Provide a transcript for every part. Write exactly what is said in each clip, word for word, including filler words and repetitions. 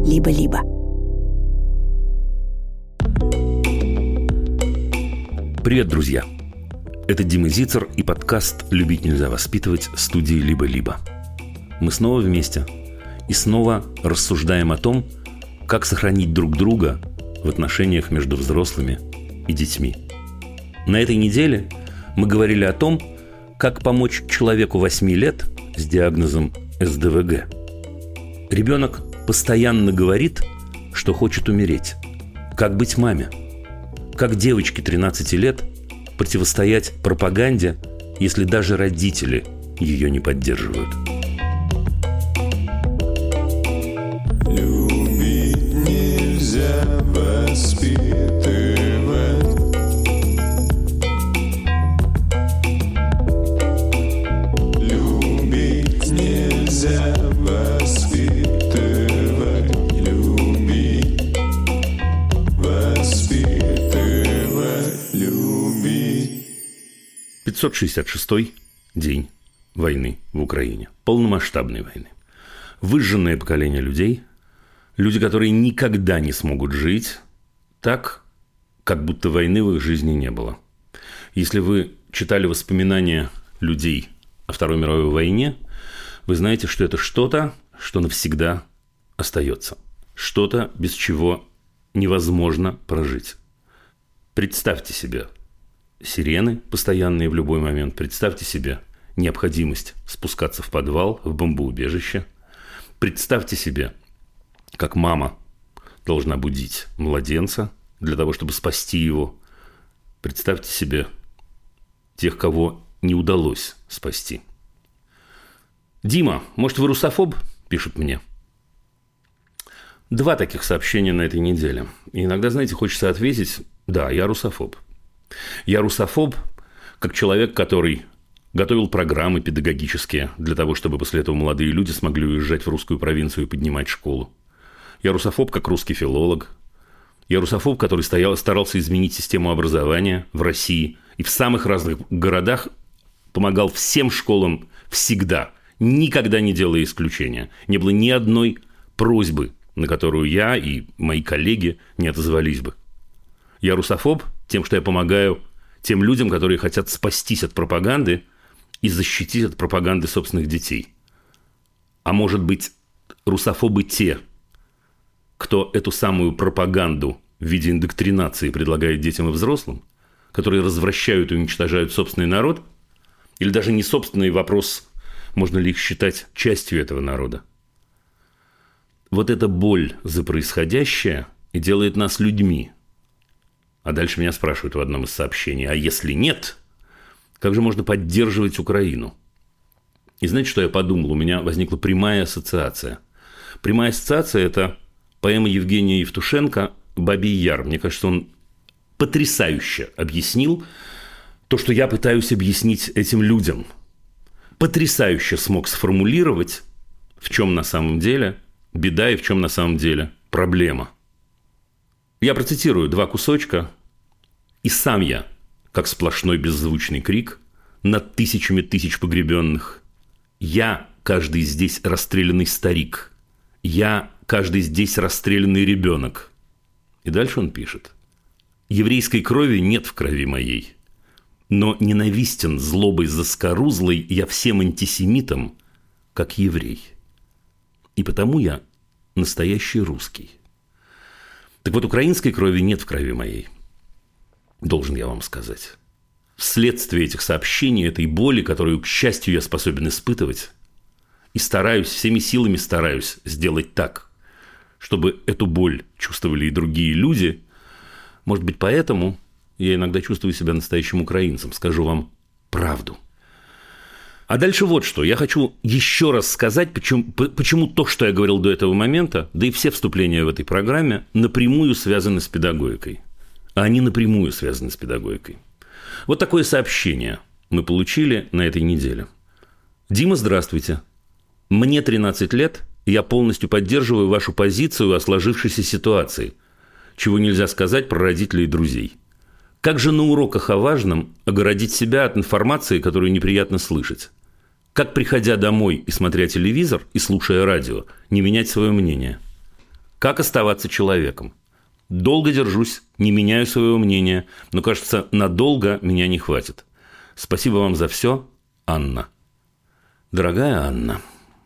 «Либо-либо». Привет, друзья! Это Дима Зицер и подкаст «Любить нельзя воспитывать» студии «Либо-либо». Мы снова вместе и снова рассуждаем о том, как сохранить друг друга в отношениях между взрослыми и детьми. На этой неделе мы говорили о том, как помочь человеку восьми лет с диагнозом эс дэ вэ гэ. Ребенок постоянно говорит, что хочет умереть. Как быть маме? Как девочке тринадцати лет противостоять пропаганде, если даже родители ее не поддерживают? Любить нельзя воспитывать. Любить нельзя воспитывать. Любить, воспитывать, любить. пятьсот шестьдесят шестой день войны в Украине. Полномасштабной войны. Выжженное поколение людей, люди, которые никогда не смогут жить так, как будто войны в их жизни не было. Если вы читали воспоминания людей о Второй мировой войне, вы знаете, что это что-то, что навсегда остается. Что-то, без чего невозможно прожить. Представьте себе сирены, постоянные в любой момент. Представьте себе необходимость спускаться в подвал, в бомбоубежище. Представьте себе, как мама должна будить младенца для того, чтобы спасти его. Представьте себе тех, кого не удалось спасти. «Дима, может, вы русофоб?» – пишут мне. Два таких сообщения на этой неделе. И иногда, знаете, хочется ответить: да, я русофоб. Я русофоб, как человек, который готовил программы педагогические для того, чтобы после этого молодые люди смогли уезжать в русскую провинцию и поднимать школу. Я русофоб, как русский филолог. Я русофоб, который стоял, старался изменить систему образования в России и в самых разных городах помогал всем школам всегда, никогда не делая исключения. Не было ни одной просьбы, на которую я и мои коллеги не отозвались бы. Я русофоб тем, что я помогаю тем людям, которые хотят спастись от пропаганды и защитить от пропаганды собственных детей. А может быть, русофобы те, кто эту самую пропаганду в виде индоктринации предлагает детям и взрослым, которые развращают и уничтожают собственный народ, или даже не собственный вопрос, можно ли их считать частью этого народа. Вот эта боль за происходящее и делает нас людьми. А дальше меня спрашивают в одном из сообщений: а если нет, как же можно поддерживать Украину? И знаете, что я подумал? У меня возникла прямая ассоциация. Прямая ассоциация – это поэма Евгения Евтушенко «Бабий Яр». Мне кажется, он потрясающе объяснил то, что я пытаюсь объяснить этим людям. Потрясающе смог сформулировать, в чем на самом деле беда и в чем на самом деле проблема. Я процитирую два кусочка, и сам я, как сплошной беззвучный крик над тысячами тысяч погребенных. Я, каждый здесь расстрелянный старик. Я, каждый здесь расстрелянный ребенок. И дальше он пишет: еврейской крови нет в крови моей, но ненавистен злобой заскорузлой я всем антисемитам, как еврей. И потому я настоящий русский. Так вот, украинской крови нет в крови моей, должен я вам сказать. Вследствие этих сообщений, этой боли, которую, к счастью, я способен испытывать, и стараюсь, всеми силами стараюсь сделать так, чтобы эту боль чувствовали и другие люди. Может быть, поэтому я иногда чувствую себя настоящим украинцем. Скажу вам правду. А дальше вот что. Я хочу еще раз сказать, почему, почему то, что я говорил до этого момента, да и все вступления в этой программе, напрямую связаны с педагогикой. А они напрямую связаны с педагогикой. Вот такое сообщение мы получили на этой неделе. Дима, здравствуйте. Мне тринадцать лет, и я полностью поддерживаю вашу позицию о сложившейся ситуации, чего нельзя сказать про родителей и друзей. Как же на уроках о важном огородить себя от информации, которую неприятно слышать? Как, приходя домой и смотря телевизор, и слушая радио, не менять свое мнение? Как оставаться человеком? Долго держусь, не меняю своего мнения, но, кажется, надолго меня не хватит. Спасибо вам за все, Анна. Дорогая Анна,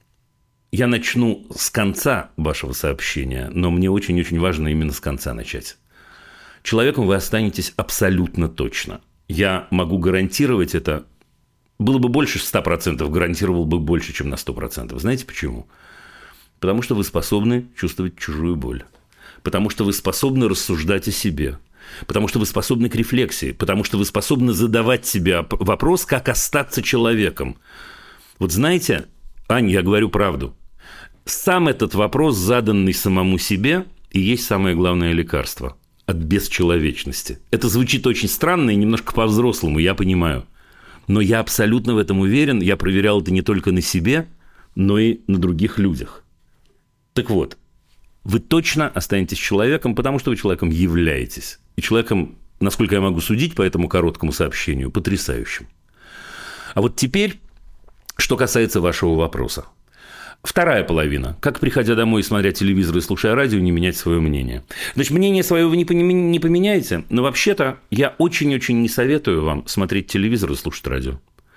я начну с конца вашего сообщения, но мне очень-очень важно именно с конца начать. Человеком вы останетесь абсолютно точно. Я могу гарантировать это. Было бы больше ста процентов, гарантировал бы больше, чем на сто процентов. Знаете почему? Потому что вы способны чувствовать чужую боль. Потому что вы способны рассуждать о себе. Потому что вы способны к рефлексии. Потому что вы способны задавать себе вопрос, как остаться человеком. Вот знаете, Ань, я говорю правду. Сам этот вопрос, заданный самому себе, и есть самое главное лекарство от бесчеловечности. Это звучит очень странно и немножко по-взрослому, я понимаю. Но я абсолютно в этом уверен. Я проверял это не только на себе, но и на других людях. Так вот, вы точно останетесь человеком, потому что вы человеком являетесь. И человеком, насколько я могу судить по этому короткому сообщению, потрясающим. А вот теперь, что касается вашего вопроса. Вторая половина. Как, приходя домой, смотря телевизор и слушая радио, не менять свое мнение? Значит, мнение свое вы не поменяете, но вообще-то я очень-очень не советую вам смотреть телевизор и слушать радио.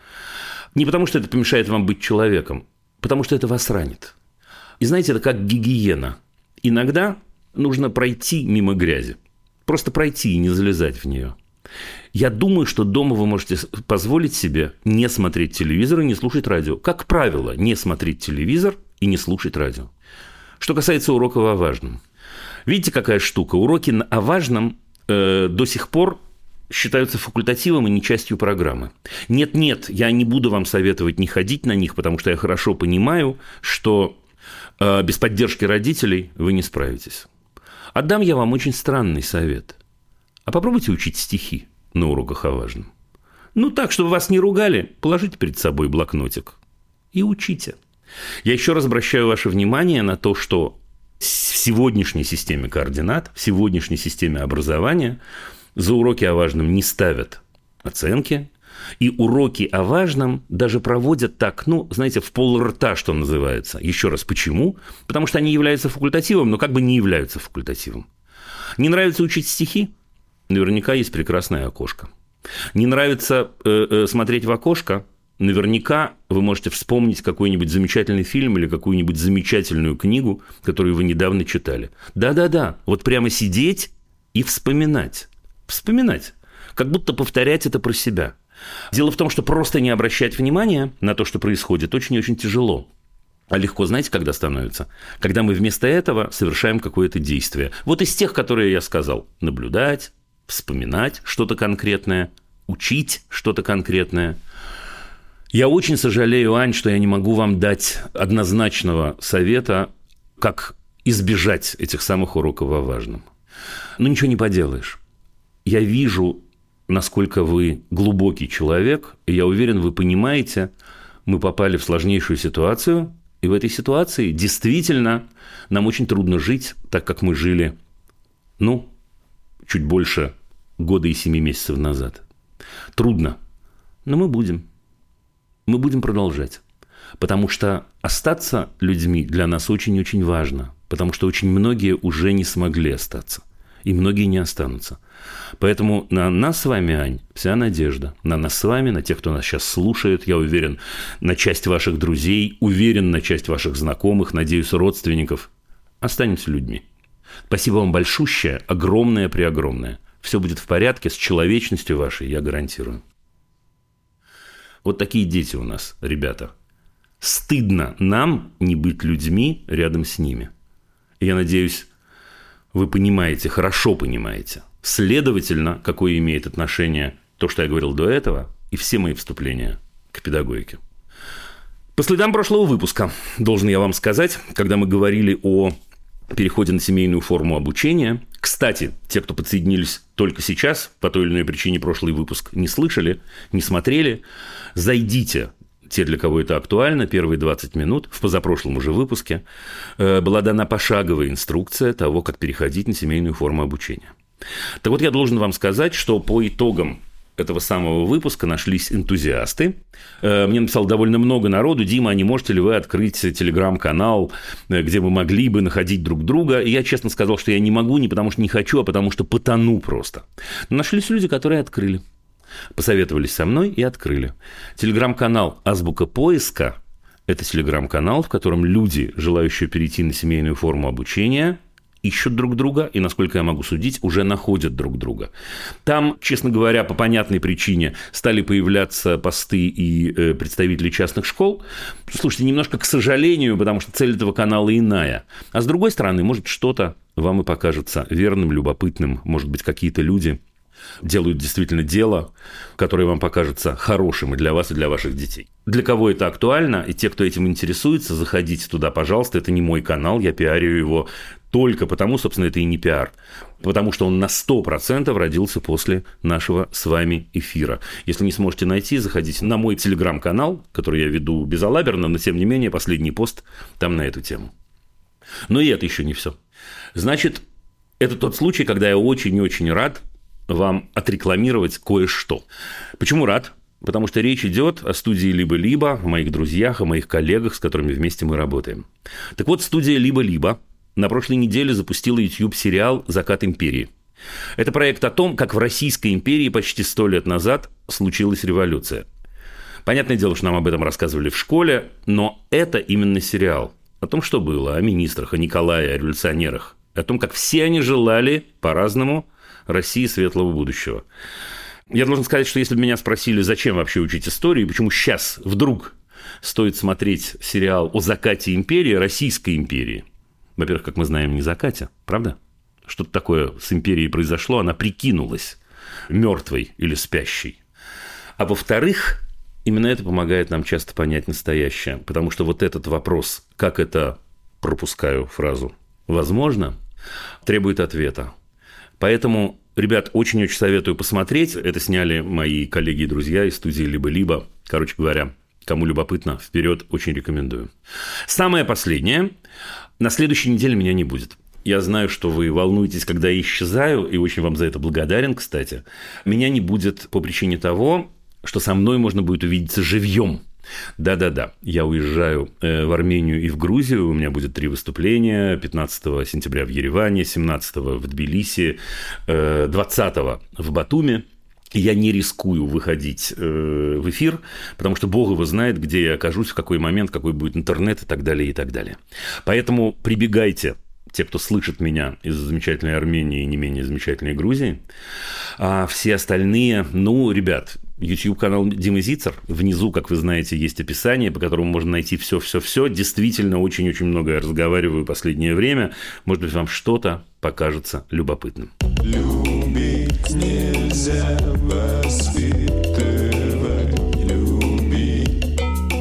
Не потому, что это помешает вам быть человеком, потому что это вас ранит. И знаете, это как гигиена. Иногда нужно пройти мимо грязи. Просто пройти и не залезать в нее. Я думаю, что дома вы можете позволить себе не смотреть телевизор и не слушать радио. Как правило, не смотреть телевизор и не слушать радио. Что касается уроков о важном. Видите, какая штука? Уроки о важном э, до сих пор считаются факультативом и не частью программы. Нет-нет, я не буду вам советовать не ходить на них, потому что я хорошо понимаю, что э, без поддержки родителей вы не справитесь. Отдам я вам очень странный совет. А попробуйте учить стихи на уроках о важном. Ну так, чтобы вас не ругали, положите перед собой блокнотик и учите. Я еще раз обращаю ваше внимание на то, что в сегодняшней системе координат, в сегодняшней системе образования за уроки о важном не ставят оценки, и уроки о важном даже проводят так, ну, знаете, в полрта, что называется. Еще раз, почему? Потому что они являются факультативом, но как бы не являются факультативом. Не нравится учить стихи? Наверняка есть прекрасное окошко. Не нравится э, э, смотреть в окошко? Наверняка вы можете вспомнить какой-нибудь замечательный фильм или какую-нибудь замечательную книгу, которую вы недавно читали. Да-да-да, вот прямо сидеть и вспоминать. Вспоминать. Как будто повторять это про себя. Дело в том, что просто не обращать внимания на то, что происходит, очень-очень тяжело. А легко, знаете, когда становится? Когда мы вместо этого совершаем какое-то действие. Вот из тех, которые я сказал. Наблюдать, вспоминать что-то конкретное, учить что-то конкретное. Я очень сожалею, Ань, что я не могу вам дать однозначного совета, как избежать этих самых уроков о важном. Но ничего не поделаешь. Я вижу, насколько вы глубокий человек, и я уверен, вы понимаете, мы попали в сложнейшую ситуацию, и в этой ситуации действительно нам очень трудно жить, так как мы жили, ну, чуть больше года и семи месяцев назад. Трудно, но мы будем. Мы будем продолжать. Потому что остаться людьми для нас очень-очень важно. Потому что очень многие уже не смогли остаться. И многие не останутся. Поэтому на нас с вами, Ань, вся надежда. На нас с вами, на тех, кто нас сейчас слушает, я уверен, на часть ваших друзей, уверен, на часть ваших знакомых, надеюсь, родственников. Останемся людьми. Спасибо вам большущее, огромное-преогромное. Все будет в порядке, с человечностью вашей, я гарантирую. Вот такие дети у нас, ребята. Стыдно нам не быть людьми рядом с ними. И я надеюсь, вы понимаете, хорошо понимаете, следовательно, какое имеет отношение то, что я говорил до этого, и все мои вступления к педагогике. По следам прошлого выпуска, должен я вам сказать, когда мы говорили о переходе на семейную форму обучения. Кстати, те, кто подсоединились только сейчас, по той или иной причине прошлый выпуск не слышали, не смотрели, зайдите. Те, для кого это актуально, первые двадцать минут, в позапрошлом уже выпуске, была дана пошаговая инструкция того, как переходить на семейную форму обучения. Так вот, я должен вам сказать, что по итогам этого самого выпуска нашлись энтузиасты. Мне написало довольно много народу: Дима, а не можете ли вы открыть телеграм-канал, где мы могли бы находить друг друга? И я честно сказал, что я не могу, не потому что не хочу, а потому что потону просто. Но нашлись люди, которые открыли. Посоветовались со мной и открыли. Телеграм-канал «Азбука поиска» – это телеграм-канал, в котором люди, желающие перейти на семейную форму обучения, ищут друг друга и, насколько я могу судить, уже находят друг друга. Там, честно говоря, по понятной причине стали появляться посты и э, представители частных школ. Слушайте, немножко к сожалению, потому что цель этого канала иная. А с другой стороны, может, что-то вам и покажется верным, любопытным. Может быть, какие-то люди делают действительно дело, которое вам покажется хорошим и для вас, и для ваших детей. Для кого это актуально, и те, кто этим интересуется, заходите туда, пожалуйста. Это не мой канал, я пиарю его только потому, собственно, это и не пиар, потому что он на сто процентов родился после нашего с вами эфира. Если не сможете найти, заходите на мой телеграм-канал, который я веду безалаберно, но, тем не менее, последний пост там на эту тему. Но и это еще не все. Значит, это тот случай, когда я очень-очень рад вам отрекламировать кое-что. Почему рад? Потому что речь идет о студии «Либо-либо», о моих друзьях, о моих коллегах, с которыми вместе мы работаем. Так вот, студия «Либо-либо» на прошлой неделе запустила YouTube-сериал «Закат империи». Это проект о том, как в Российской империи почти сто лет назад случилась революция. Понятное дело, что нам об этом рассказывали в школе, но это именно сериал о том, что было, о министрах, о Николае, о революционерах, о том, как все они желали по-разному России светлого будущего. Я должен сказать, что если бы меня спросили, зачем вообще учить историю, почему сейчас вдруг стоит смотреть сериал о закате империи, Российской империи, во-первых, как мы знаем, не закате, правда? Что-то такое с империей произошло, она прикинулась мертвой или спящей. А во-вторых, именно это помогает нам часто понять настоящее, потому что вот этот вопрос, как это, пропускаю фразу, возможно, требует ответа. Поэтому, ребят, очень-очень советую посмотреть. Это сняли мои коллеги и друзья из студии «Либо-либо». Короче говоря, кому любопытно, вперед, очень рекомендую. Самое последнее. На следующей неделе меня не будет. Я знаю, что вы волнуетесь, когда я исчезаю, и очень вам за это благодарен, кстати. Меня не будет по причине того, что со мной можно будет увидеться живьем. Да-да-да, я уезжаю в Армению и в Грузию, у меня будет три выступления: пятнадцатого сентября в Ереване, семнадцатого в Тбилиси, двадцатого в Батуми. Я не рискую выходить в эфир, потому что Бог его знает, где я окажусь, в какой момент, какой будет интернет и так далее, и так далее. Поэтому прибегайте, те, кто слышит меня из замечательной Армении и не менее замечательной Грузии. А все остальные, ну, ребят, YouTube-канал Димы Зицер. Внизу, как вы знаете, есть описание, по которому можно найти все-все-все. Действительно, очень-очень много я разговариваю в последнее время. Может быть, вам что-то покажется любопытным. Любить нельзя воспитывать, любить,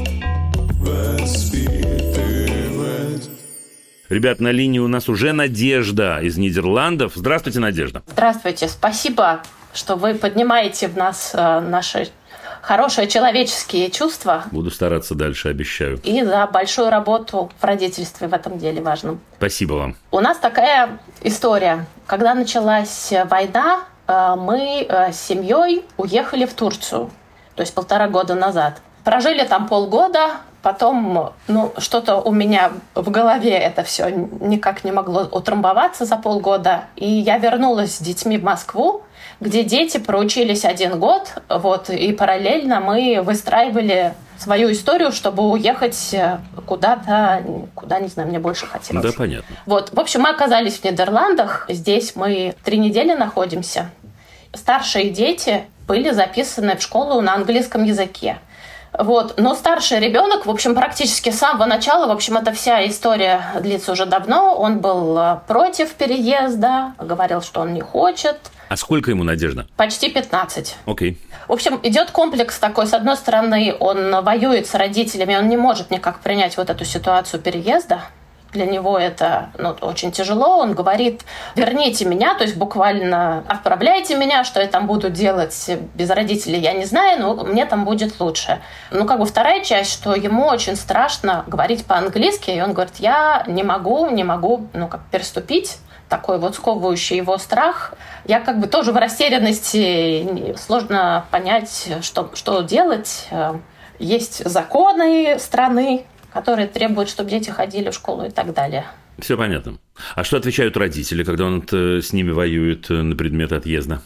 воспитывать. Ребят, на линии у нас уже Надежда из Нидерландов. Здравствуйте, Надежда. Здравствуйте, спасибо, что вы поднимаете в нас э, наши хорошие человеческие чувства. Буду стараться дальше, обещаю. И за большую работу в родительстве в этом деле важном. Спасибо вам. У нас такая история. Когда началась война, э, мы э, с семьей уехали в Турцию, то есть полтора года назад. Прожили там полгода, потом, ну, что-то у меня в голове это все никак не могло утрамбоваться за полгода. И я вернулась с детьми в Москву, где дети проучились один год, вот, и параллельно мы выстраивали свою историю, чтобы уехать куда-то, куда, не знаю, мне больше хотелось. Да, понятно. Вот, в общем, мы оказались в Нидерландах, здесь мы три недели находимся. Старшие дети были записаны в школу на английском языке. Вот. Но старший ребенок, в общем, практически с самого начала, в общем, эта вся история длится уже давно. Он был против переезда, говорил, что он не хочет. А сколько ему, Надежда? Почти пятнадцать. Окей. В общем, идет комплекс такой. С одной стороны, он воюет с родителями, он не может никак принять вот эту ситуацию переезда, Для него это ну, очень тяжело. Он говорит, верните меня, то есть буквально отправляйте меня, что я там буду делать без родителей, я не знаю, но мне там будет лучше. Ну, как бы вторая часть, что ему очень страшно говорить по-английски, и он говорит, я не могу, не могу, ну, как переступить такой вот сковывающий его страх. Я как бы тоже в растерянности, сложно понять, что, что делать. Есть законы страны, которые требуют, чтобы дети ходили в школу и так далее. Все понятно. А что отвечают родители, когда он с ними воюет на предмет отъезда?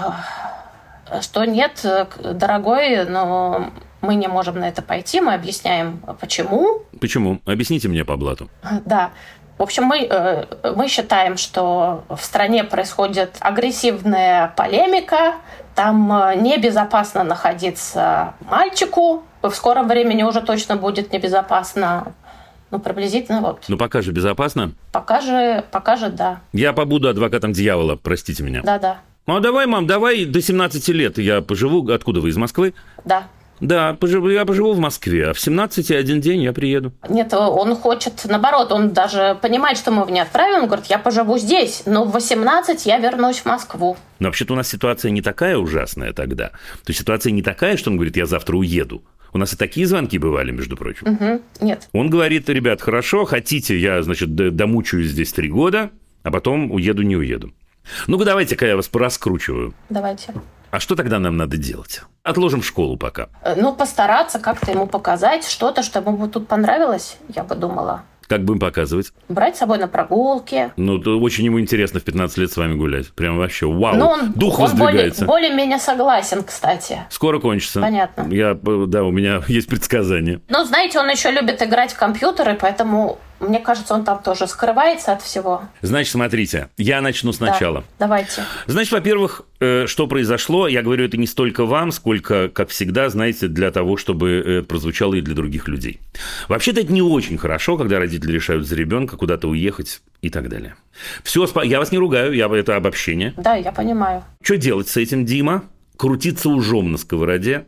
Что нет, дорогой, но мы не можем на это пойти. Мы объясняем, почему. Почему? Объясните мне по блату. Да. В общем, мы, мы считаем, что в стране происходит агрессивная полемика, там небезопасно находиться мальчику, в скором времени уже точно будет небезопасно. Ну, приблизительно вот. Ну, пока же безопасно? Пока же, пока же, да. Я побуду адвокатом дьявола, простите меня. Да-да. Ну, а давай, мам, давай до семнадцати лет я поживу. Откуда вы, из Москвы? Да. Да, поживу, я поживу в Москве, а в семнадцати один день я приеду. Нет, он хочет, наоборот, он даже понимает, что мы его не отправим, он говорит, я поживу здесь, но в восемнадцать я вернусь в Москву. Но вообще-то у нас ситуация не такая ужасная тогда. То есть ситуация не такая, что он говорит, я завтра уеду. У нас и такие звонки бывали, между прочим. Угу, нет. Он говорит, ребят, хорошо, хотите, я, значит, домучаюсь здесь три года, а потом уеду, не уеду. Ну-ка, давайте-ка я вас пораскручиваю. Давайте. А что тогда нам надо делать? Отложим школу пока. Ну, постараться как-то ему показать что-то, что ему тут понравилось, я бы думала. Как будем показывать? Брать с собой на прогулки. Ну, то очень ему интересно в пятнадцать лет с вами гулять. Прям вообще вау, ну, он, дух он воздвигается. Более, более-менее согласен, кстати. Скоро кончится. Понятно. Я, да, у меня есть предсказание. Ну, знаете, он еще любит играть в компьютеры, поэтому, мне кажется, он там тоже скрывается от всего. Значит, смотрите, я начну сначала. Да, давайте. Значит, во-первых, что произошло, я говорю это не столько вам, сколько, как всегда, знаете, для того, чтобы это прозвучало и для других людей. Вообще-то это не очень хорошо, когда родители решают за ребенка куда-то уехать и так далее. Все, я вас не ругаю, я, это обобщение. Да, я понимаю. Что делать с этим, Дима? Крутиться ужом на сковороде,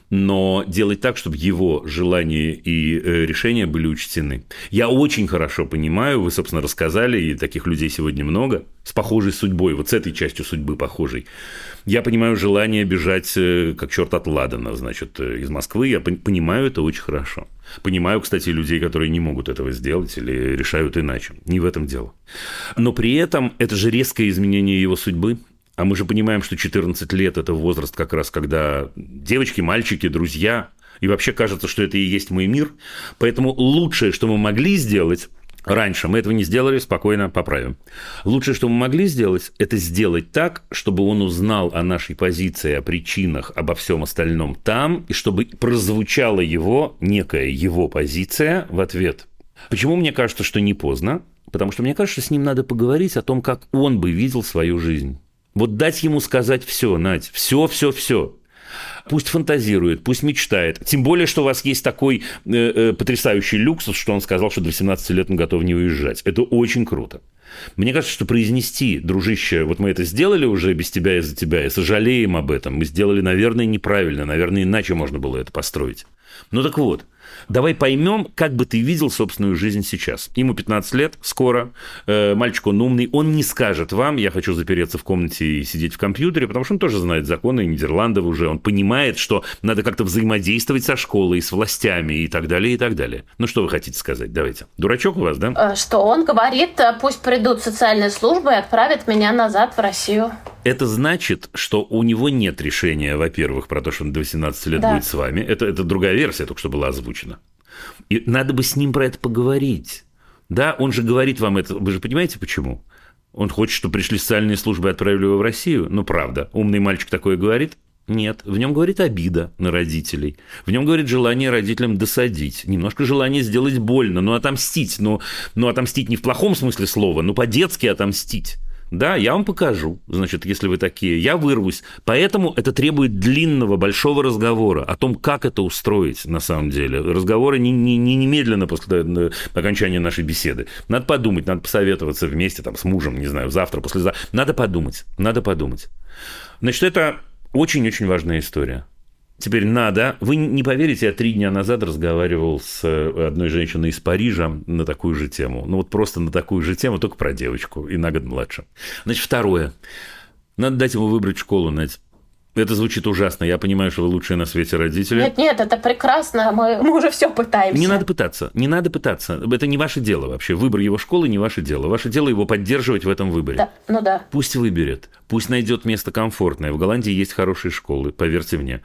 но делать так, чтобы его желания и решения были учтены. Я очень хорошо понимаю, вы, собственно, рассказали, и таких людей сегодня много, с похожей судьбой, вот с этой частью судьбы похожей. Я понимаю желание бежать, как черт от ладана, значит, из Москвы. Я понимаю это очень хорошо. Понимаю, кстати, людей, которые не могут этого сделать или решают иначе. Не в этом дело. Но при этом это же резкое изменение его судьбы. А мы же понимаем, что четырнадцать лет – это возраст как раз, когда девочки, мальчики, друзья, и вообще кажется, что это и есть мой мир. Поэтому лучшее, что мы могли сделать раньше, мы этого не сделали, спокойно поправим. Лучшее, что мы могли сделать, это сделать так, чтобы он узнал о нашей позиции, о причинах, обо всем остальном там, и чтобы прозвучала его, некая его позиция в ответ. Почему мне кажется, что не поздно? Потому что мне кажется, что с ним надо поговорить о том, как он бы видел свою жизнь. Вот дать ему сказать все, Надь, все, все, все. Пусть фантазирует, пусть мечтает. Тем более, что у вас есть такой э, э, потрясающий люкс, что он сказал, что до восемнадцати лет он готов не уезжать. Это очень круто. Мне кажется, что произнести, дружище, вот мы это сделали уже без тебя и за тебя, и сожалеем об этом. Мы сделали, наверное, неправильно, наверное, иначе можно было это построить. Ну так вот, давай поймем, как бы ты видел собственную жизнь сейчас. Ему пятнадцать лет, скоро, э, мальчик он умный, он не скажет вам, я хочу запереться в комнате и сидеть в компьютере, потому что он тоже знает законы Нидерландов уже, он понимает, что надо как-то взаимодействовать со школой, с властями и так далее, и так далее. Ну что вы хотите сказать, давайте. Дурачок у вас, да? Что он говорит, пусть придут социальные службы и отправят меня назад в Россию. Это значит, что у него нет решения, во-первых, про то, что он до восемнадцати лет да. будет с вами. Это, это другая версия, только что была озвучена. И надо бы с ним про это поговорить. Да, он же говорит вам это. Вы же понимаете, почему? Он хочет, чтобы пришли социальные службы и отправили его в Россию. Ну, правда. Умный мальчик такое говорит? Нет. В нем говорит обида на родителей. В нем говорит желание родителям досадить. Немножко желание сделать больно, но отомстить. Но, но отомстить не в плохом смысле слова, но по-детски отомстить. Да, я вам покажу, значит, если вы такие, я вырвусь. Поэтому это требует длинного, большого разговора о том, как это устроить на самом деле. Разговоры не, не, не немедленно после окончания нашей беседы. Надо подумать, надо посоветоваться вместе там, с мужем, не знаю, завтра, послезавтра. Надо подумать, надо подумать. Значит, это очень-очень важная история. Теперь надо. Вы не поверите, я три дня назад разговаривал с одной женщиной из Парижа на такую же тему. Ну, вот просто на такую же тему, только про девочку и на год младше. Значит, второе. Надо дать ему выбрать школу, Надь. Это звучит ужасно. Я понимаю, что вы лучшие на свете родители. Нет, нет, это прекрасно. Мы, мы уже все пытаемся. Не надо пытаться. Не надо пытаться. Это не ваше дело вообще. Выбор его школы не ваше дело. Ваше дело его поддерживать в этом выборе. Да, ну да. Пусть выберет. Пусть найдет место комфортное. В Голландии есть хорошие школы, поверьте мне.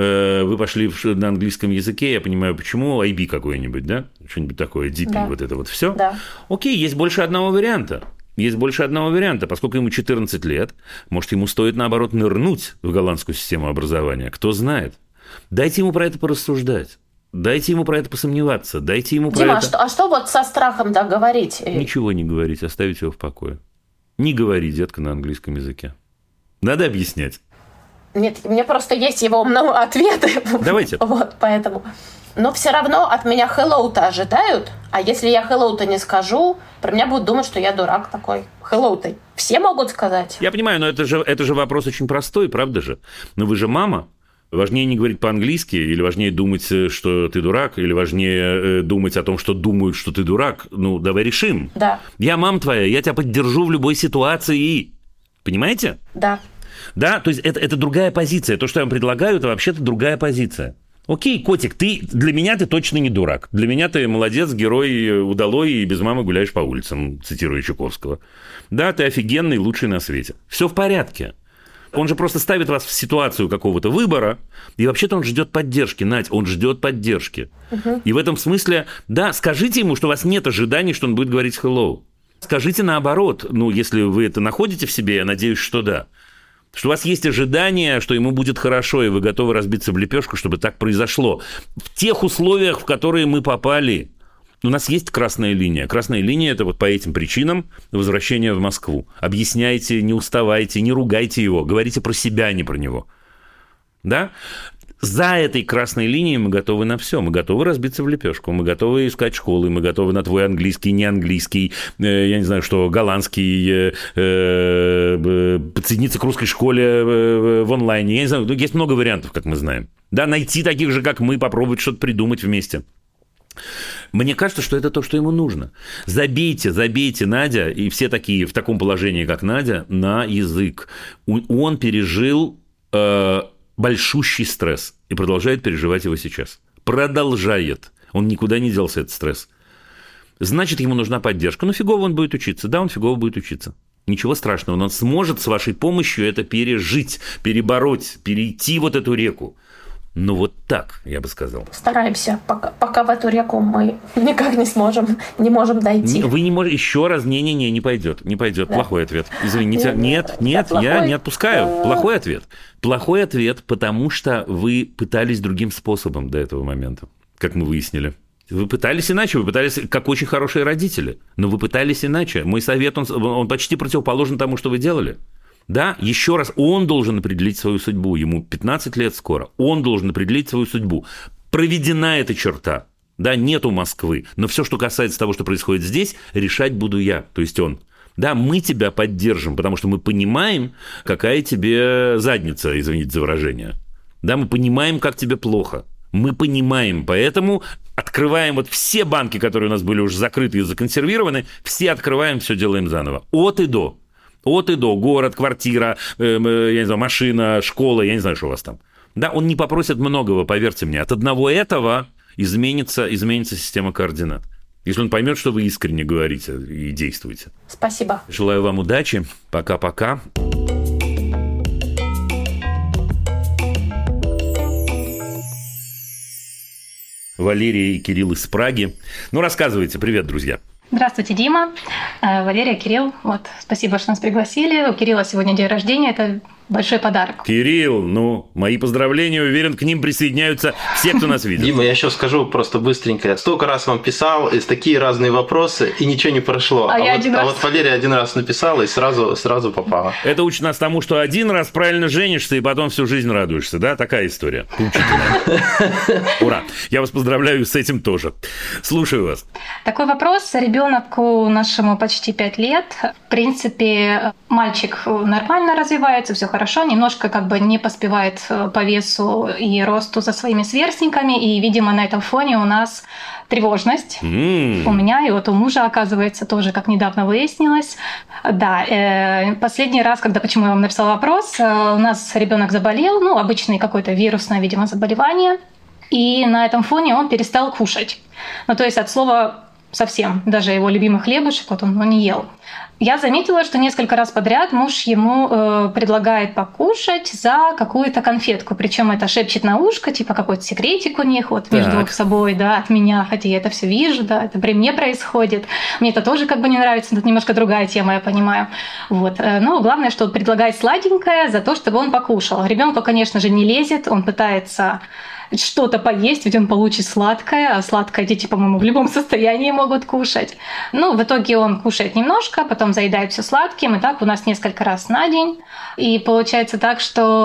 Вы пошли на английском языке, я понимаю, почему. ай би какой-нибудь, да? Что-нибудь такое, ди пи, да. Вот это вот все. Да. Окей, есть больше одного варианта. Есть больше одного варианта. Поскольку ему четырнадцать лет, может, ему стоит, наоборот, нырнуть в голландскую систему образования. Кто знает. Дайте ему про это порассуждать. Дайте ему про это посомневаться. Дайте ему Дима, про а это... что, а что вот со страхом, да, говорить? Ничего не говорить, оставить его в покое. Не говори, детка, на английском языке. Надо объяснять. Нет, мне просто есть его много ответы. Давайте. Вот, поэтому... Но все равно от меня hello-то ожидают, а если я hello-то не скажу, про меня будут думать, что я дурак такой. Hello-то все могут сказать. Я понимаю, но это же, это же вопрос очень простой, правда же? Но вы же мама. Важнее не говорить по-английски, или важнее думать, что ты дурак, или важнее думать о том, что думают, что ты дурак. Ну, давай решим. Да. Я мама твоя, я тебя поддержу в любой ситуации. Понимаете? Да. Да, то есть это, это другая позиция. То, что я вам предлагаю, это вообще-то другая позиция. Окей, котик, ты для меня ты точно не дурак. Для меня ты молодец, герой, удалой и без мамы гуляешь по улицам, цитируя Чуковского. Да, ты офигенный, лучший на свете. Все в порядке. Он же просто ставит вас в ситуацию какого-то выбора, и вообще-то он ждет поддержки, Надь, он ждет поддержки. Угу. И в этом смысле, да, скажите ему, что у вас нет ожиданий, что он будет говорить hello. Скажите наоборот, ну, если вы это находите в себе, я надеюсь, что да. Что у вас есть ожидание, что ему будет хорошо, и вы готовы разбиться в лепешку, чтобы так произошло. В тех условиях, в которые мы попали, у нас есть красная линия. Красная линия – это вот по этим причинам возвращение в Москву. Объясняйте, не уставайте, не ругайте его, говорите про себя, а не про него. Да? За этой красной линией мы готовы на все. Мы готовы разбиться в лепешку, мы готовы искать школы, мы готовы на твой английский, не английский, э, я не знаю, что, голландский, э, э, подсоединиться к русской школе э, в онлайне. Я не знаю, есть много вариантов, как мы знаем. Да, найти таких же, как мы, попробовать что-то придумать вместе. Мне кажется, что это то, что ему нужно. Забейте, забейте Надя, и все такие в таком положении, как Надя, на язык. Он пережил... Э, большущий стресс и продолжает переживать его сейчас. Продолжает. Он никуда не делся, этот стресс. Значит, ему нужна поддержка. Ну, фигово он будет учиться. Да, он фигово будет учиться. Ничего страшного. Но он сможет с вашей помощью это пережить, перебороть, перейти вот эту реку. Ну, вот так, я бы сказал. Стараемся, пока, пока в эту реку мы никак не сможем, не можем дойти. Вы не можете, еще раз, не-не-не, не пойдет, не пойдет, да. Плохой ответ. Извините, нет, нет, нет я не отпускаю, плохой ответ. Плохой ответ, потому что вы пытались другим способом до этого момента, как мы выяснили. Вы пытались иначе, вы пытались, как очень хорошие родители, но вы пытались иначе. Мой совет, он, он почти противоположен тому, что вы делали. Да, еще раз, он должен определить свою судьбу. Ему пятнадцать лет скоро. Он должен определить свою судьбу. Проведена эта черта. Да, нету Москвы. Но все, что касается того, что происходит здесь, решать буду я, то есть он. Да, мы тебя поддержим, потому что мы понимаем, какая тебе задница, извините за выражение. Да, мы понимаем, как тебе плохо. Мы понимаем, поэтому открываем вот все банки, которые у нас были уже закрыты и законсервированы, все открываем, все делаем заново. От и до. От и до. Город, квартира, э, я не знаю, машина, школа, я не знаю, что у вас там. Да, он не попросит многого, поверьте мне. От одного этого изменится, изменится система координат. Если он поймет, что вы искренне говорите и действуете. Спасибо. Желаю вам удачи. Пока-пока. Валерия и Кирилл из Праги. Ну, рассказывайте. Привет, друзья. Здравствуйте, Дима. Валерия, Кирилл. Вот, спасибо, что нас пригласили. У Кирилла сегодня день рождения. Это большой подарок. Кирилл, ну, мои поздравления. Уверен, к ним присоединяются все, кто нас видит. Дима, я еще скажу просто быстренько. Я столько раз вам писал, и такие разные вопросы, и ничего не прошло. А, а, я вот, один а раз... вот Валерия один раз написала, и сразу, сразу попала. Это учит нас тому, что один раз правильно женишься, и потом всю жизнь радуешься, да? Такая история. Поучительная. Ура. Я вас поздравляю с этим тоже. Слушаю вас. Такой вопрос. Ребенку нашему почти пять лет. В принципе, мальчик нормально развивается, все хорошо, немножко как бы не поспевает по весу и росту за своими сверстниками, и, видимо, на этом фоне у нас тревожность. Mm. У меня и вот у мужа, оказывается, тоже, как недавно выяснилось. Да, э, последний раз, когда, почему я вам написала вопрос, э, у нас ребенок заболел, ну, обычный какое-то вирусное, видимо, заболевание, и на этом фоне он перестал кушать. Ну, то есть от слова совсем, даже его любимый хлебушек, вот он, он не ел. Я заметила, что несколько раз подряд муж ему э, предлагает покушать за какую-то конфетку. Причем это шепчет на ушко, типа какой-то секретик у них вот между так. собой, да, от меня, хотя я это все вижу, да, это при мне происходит. Мне это тоже как бы не нравится, это немножко другая тема, я понимаю. Вот. Но главное, что он предлагает сладенькое за то, чтобы он покушал. Ребенку, конечно же, не лезет, он пытается что-то поесть, ведь он получит сладкое, а сладкое дети, по-моему, в любом состоянии могут кушать. Ну, в итоге он кушает немножко, потом заедает все сладким, и так у нас несколько раз на день. И получается так,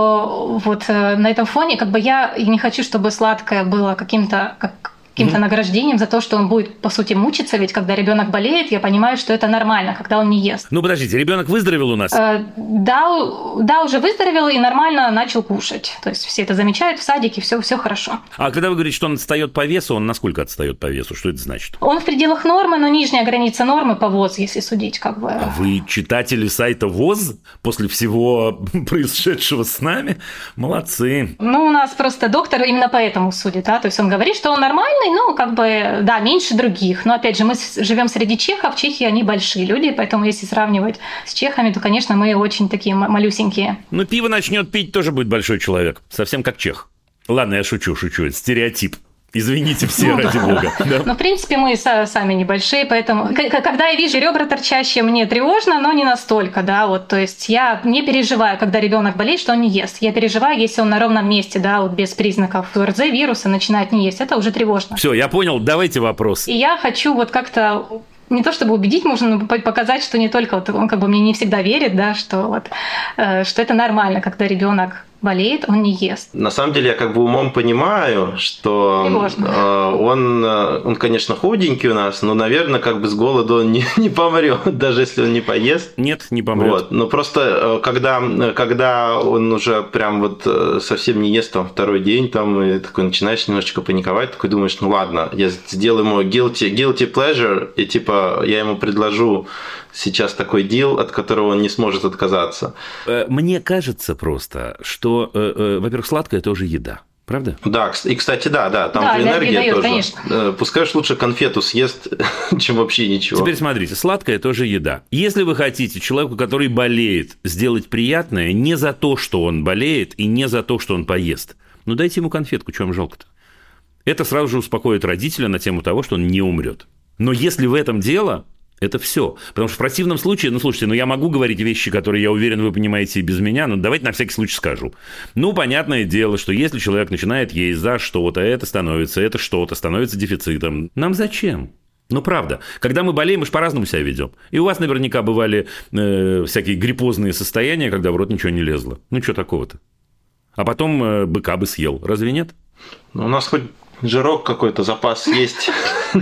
что вот на этом фоне как бы я не хочу, чтобы сладкое было каким-то как каким-то mm-hmm. награждением за то, что он будет, по сути, мучиться, ведь когда ребенок болеет, я понимаю, что это нормально, когда он не ест. Ну, подождите, ребенок выздоровел у нас? Э, да, да, уже выздоровел и нормально начал кушать. То есть все это замечают в садике, все, все хорошо. А когда вы говорите, что он отстает по весу, он насколько отстает по весу? Что это значит? Он в пределах нормы, но нижняя граница нормы по ВОЗ, если судить, как бы. А вы читатели сайта ВОЗ после всего происшедшего с нами? Молодцы. Ну, у нас просто доктор именно поэтому судит, да, то есть он говорит, что он нормальный, ну, как бы, да, меньше других. Но, опять же, мы живем среди чехов, чехи, они большие люди, поэтому если сравнивать с чехами, то, конечно, мы очень такие малюсенькие. Ну, пиво начнет пить, тоже будет большой человек, совсем как чех. Ладно, я шучу, шучу, это стереотип. Извините все, ну, ради бога. Да. Ну, в принципе, мы сами небольшие, поэтому, когда я вижу ребра торчащие, мне тревожно, но не настолько, да, вот, то есть я не переживаю, когда ребенок болеет, что он не ест. Я переживаю, если он на ровном месте, да, вот без признаков ОРЗ вируса начинает не есть, это уже тревожно. Все, я понял, давайте вопрос. И я хочу вот как-то не то чтобы убедить мужа, но показать, что не только вот он как бы мне не всегда верит, да, что вот что это нормально, когда ребенок болеет, он не ест. На самом деле я как бы умом понимаю, что э, он, он, конечно, худенький у нас, но, наверное, как бы с голоду он не, не помрет, даже если он не поест. Нет, не помрет. Вот. Но просто когда, когда он уже прям вот совсем не ест там второй день, там, и такой начинаешь немножечко паниковать, такой думаешь, ну ладно, я сделаю ему guilty, guilty pleasure, и типа я ему предложу сейчас такой дил, от которого он не сможет отказаться. Мне кажется просто, что, во-первых, сладкое тоже еда. Правда? Да, и, кстати, да, да, там да, же энергия дает, тоже. Конечно. Пускай уж лучше конфету съест, чем вообще ничего. Теперь смотрите, сладкое тоже еда. Если вы хотите человеку, который болеет, сделать приятное не за то, что он болеет, и не за то, что он поест, ну дайте ему конфетку, что вам жалко-то? Это сразу же успокоит родителя на тему того, что он не умрет. Но если в этом дело... Это все. Потому что в противном случае, ну, слушайте, ну, я могу говорить вещи, которые, я уверен, вы понимаете и без меня, но давайте на всякий случай скажу. Ну, понятное дело, что если человек начинает есть за что-то, это становится, это что-то становится дефицитом. Нам зачем? Ну, правда. Когда мы болеем, мы же по-разному себя ведем. И у вас наверняка бывали э, всякие гриппозные состояния, когда в рот ничего не лезло. Ну, что такого-то? А потом э, быка бы съел. Разве нет? Ну, у нас хоть жирок какой-то, запас есть.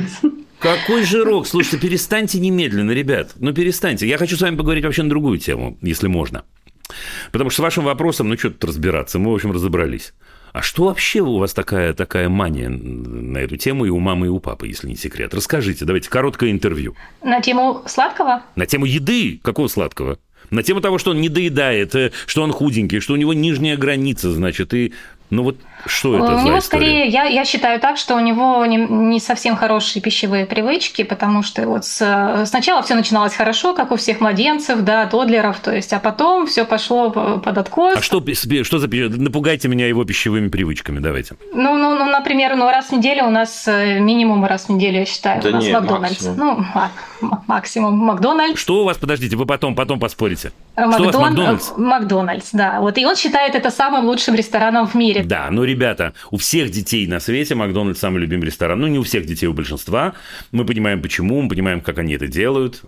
Какой жирок? Слушайте, перестаньте немедленно, ребят. Ну, перестаньте. Я хочу с вами поговорить вообще на другую тему, если можно. Потому что с вашим вопросом, ну, что тут разбираться, мы, в общем, разобрались. А что вообще у вас такая, такая мания на эту тему и у мамы, и у папы, если не секрет? Расскажите, давайте короткое интервью. На тему сладкого? На тему еды? Какого сладкого? На тему того, что он не доедает, что он худенький, что у него нижняя граница, значит, и... Ну вот что это у за него история? Скорее, я, я считаю так, что у него не, не совсем хорошие пищевые привычки, потому что вот с, сначала все начиналось хорошо, как у всех младенцев, да, тодлеров, то есть, а потом все пошло под откос. А что, что за... Напугайте меня его пищевыми привычками, давайте. Ну, ну, ну, например, ну, раз в неделю у нас минимум раз в неделю, я считаю, да у нас не, Макдональдс. Максимум. Ну, максимум Макдональдс. Что у вас, подождите, вы потом, потом поспорите. Макдон... Что у вас Макдональдс? Макдональдс, да. Вот, и он считает это самым лучшим рестораном в мире. Да, ну, ребята, у всех детей на свете Макдональдс самый любимый ресторан. Ну, не у всех детей, у большинства. Мы понимаем, почему, мы понимаем, как они это делают.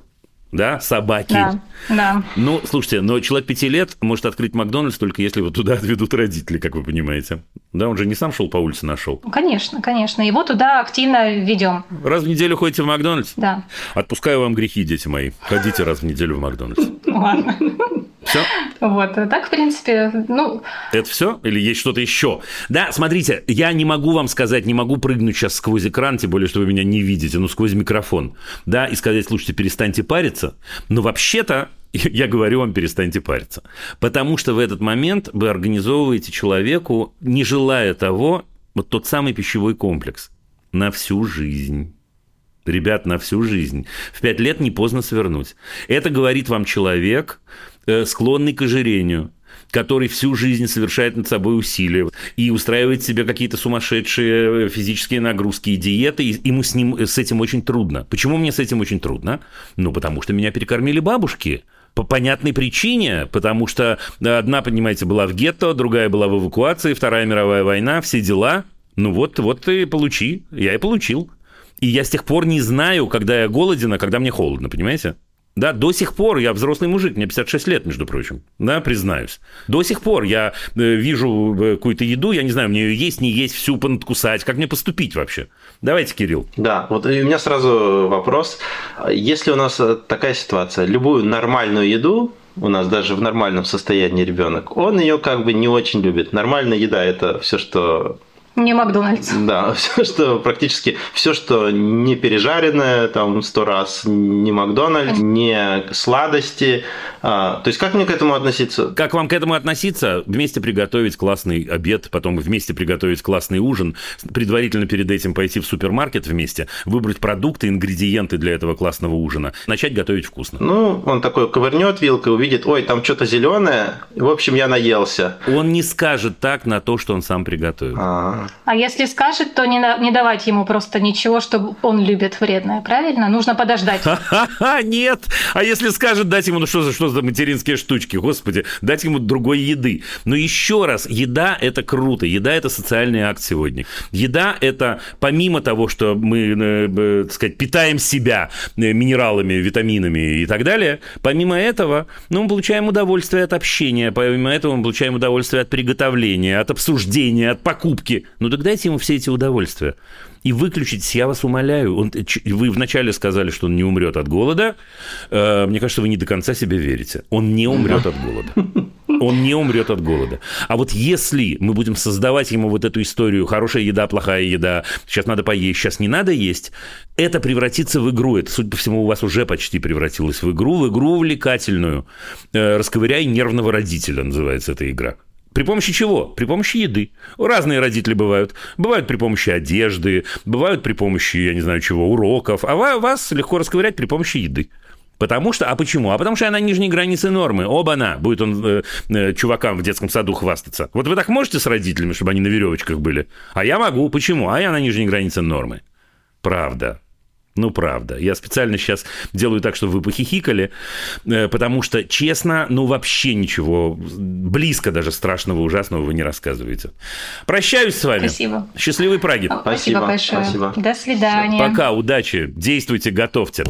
да, собаки. Да, да. Ну, слушайте, но человек пяти лет может открыть Макдональдс только если вот туда отведут родители, как вы понимаете. Да, он же не сам шел по улице, нашел. Конечно, конечно. Его туда активно ведем. Раз в неделю ходите в Макдональдс? Да. Отпускаю вам грехи, дети мои. Ходите раз в неделю в Макдональдс. Ладно. Все? Вот, так, в принципе, ну... Это все? Или есть что-то еще? Да, смотрите, я не могу вам сказать, не могу прыгнуть сейчас сквозь экран, тем более, что вы меня не видите, но сквозь микрофон, да, и сказать, слушайте, перестаньте париться. Но вообще-то я говорю вам, перестаньте париться. Потому что в этот момент вы организовываете человеку, не желая того, вот тот самый пищевой комплекс на всю жизнь. Ребят, на всю жизнь. В пять лет не поздно свернуть. Это говорит вам человек, склонный к ожирению, который всю жизнь совершает над собой усилия и устраивает себе какие-то сумасшедшие физические нагрузки и диеты, и ему с, ним, с этим очень трудно. Почему мне с этим очень трудно? Ну, потому что меня перекормили бабушки. По понятной причине, потому что одна, понимаете, была в гетто, другая была в эвакуации, Вторая мировая война, все дела. Ну вот, вот и получи. Я и получил. И я с тех пор не знаю, когда я голоден, а когда мне холодно, понимаете? Да, до сих пор я взрослый мужик, мне пятьдесят шесть лет, между прочим, да, признаюсь. До сих пор я вижу какую-то еду, я не знаю, мне ее есть, не есть, всю понадкусать, как мне поступить вообще? Давайте, Кирилл. Да, вот и у меня сразу вопрос. Если у нас такая ситуация, любую нормальную еду, у нас даже в нормальном состоянии ребенок, он ее как бы не очень любит. Нормальная еда – это все, что... Не Макдональдс. Да, все, что практически все, что не пережаренное там сто раз, не Макдональдс, не сладости. А, то есть как мне к этому относиться? Как вам к этому относиться? Вместе приготовить классный обед, потом вместе приготовить классный ужин, предварительно перед этим пойти в супермаркет вместе, выбрать продукты, ингредиенты для этого классного ужина, начать готовить вкусно. Ну, он такой ковырнет вилкой, увидит, ой, там что-то зеленое, в общем, я наелся. Он не скажет так на то, что он сам приготовил. А-а-а. А если скажет, то не, на, не давать ему просто ничего, что он любит вредное, правильно? Нужно подождать. Ха-ха-ха, нет! А если скажет, дать ему, ну что за, что за материнские штучки, господи, дать ему другой еды. Но еще раз, еда – это круто, еда – это социальный акт сегодня. Еда – это, помимо того, что мы, э, так сказать, питаем себя минералами, витаминами и так далее, помимо этого, ну, мы получаем удовольствие от общения, помимо этого мы получаем удовольствие от приготовления, от обсуждения, от покупки. Ну, так дайте ему все эти удовольствия. И выключитесь, я вас умоляю. Он, вы вначале сказали, что он не умрет от голода. Э, мне кажется, вы не до конца себе верите. Он не умрет от голода. Он не умрет от голода. А вот если мы будем создавать ему вот эту историю «хорошая еда, плохая еда», «сейчас надо поесть, сейчас не надо есть», это превратится в игру. Это, судя по всему, у вас уже почти превратилось в игру, в игру увлекательную. Э, «Расковыряй нервного родителя» называется эта игра. При помощи чего? При помощи еды. Разные родители бывают. Бывают при помощи одежды, бывают при помощи, я не знаю чего, уроков. А вас легко расковырять при помощи еды. Потому что... А почему? А потому что она нижней границы нормы. Оба-на! Будет он э, э, чувакам в детском саду хвастаться. Вот вы так можете с родителями, чтобы они на веревочках были? А я могу. Почему? А я на нижней границе нормы. Правда. Ну, правда. Я специально сейчас делаю так, чтобы вы похихикали, потому что, честно, ну, вообще ничего, близко даже страшного, ужасного вы не рассказываете. Прощаюсь с вами. Спасибо. Счастливой Праги. Спасибо, Спасибо большое. Спасибо. До свидания. Пока, удачи, действуйте, готовьте.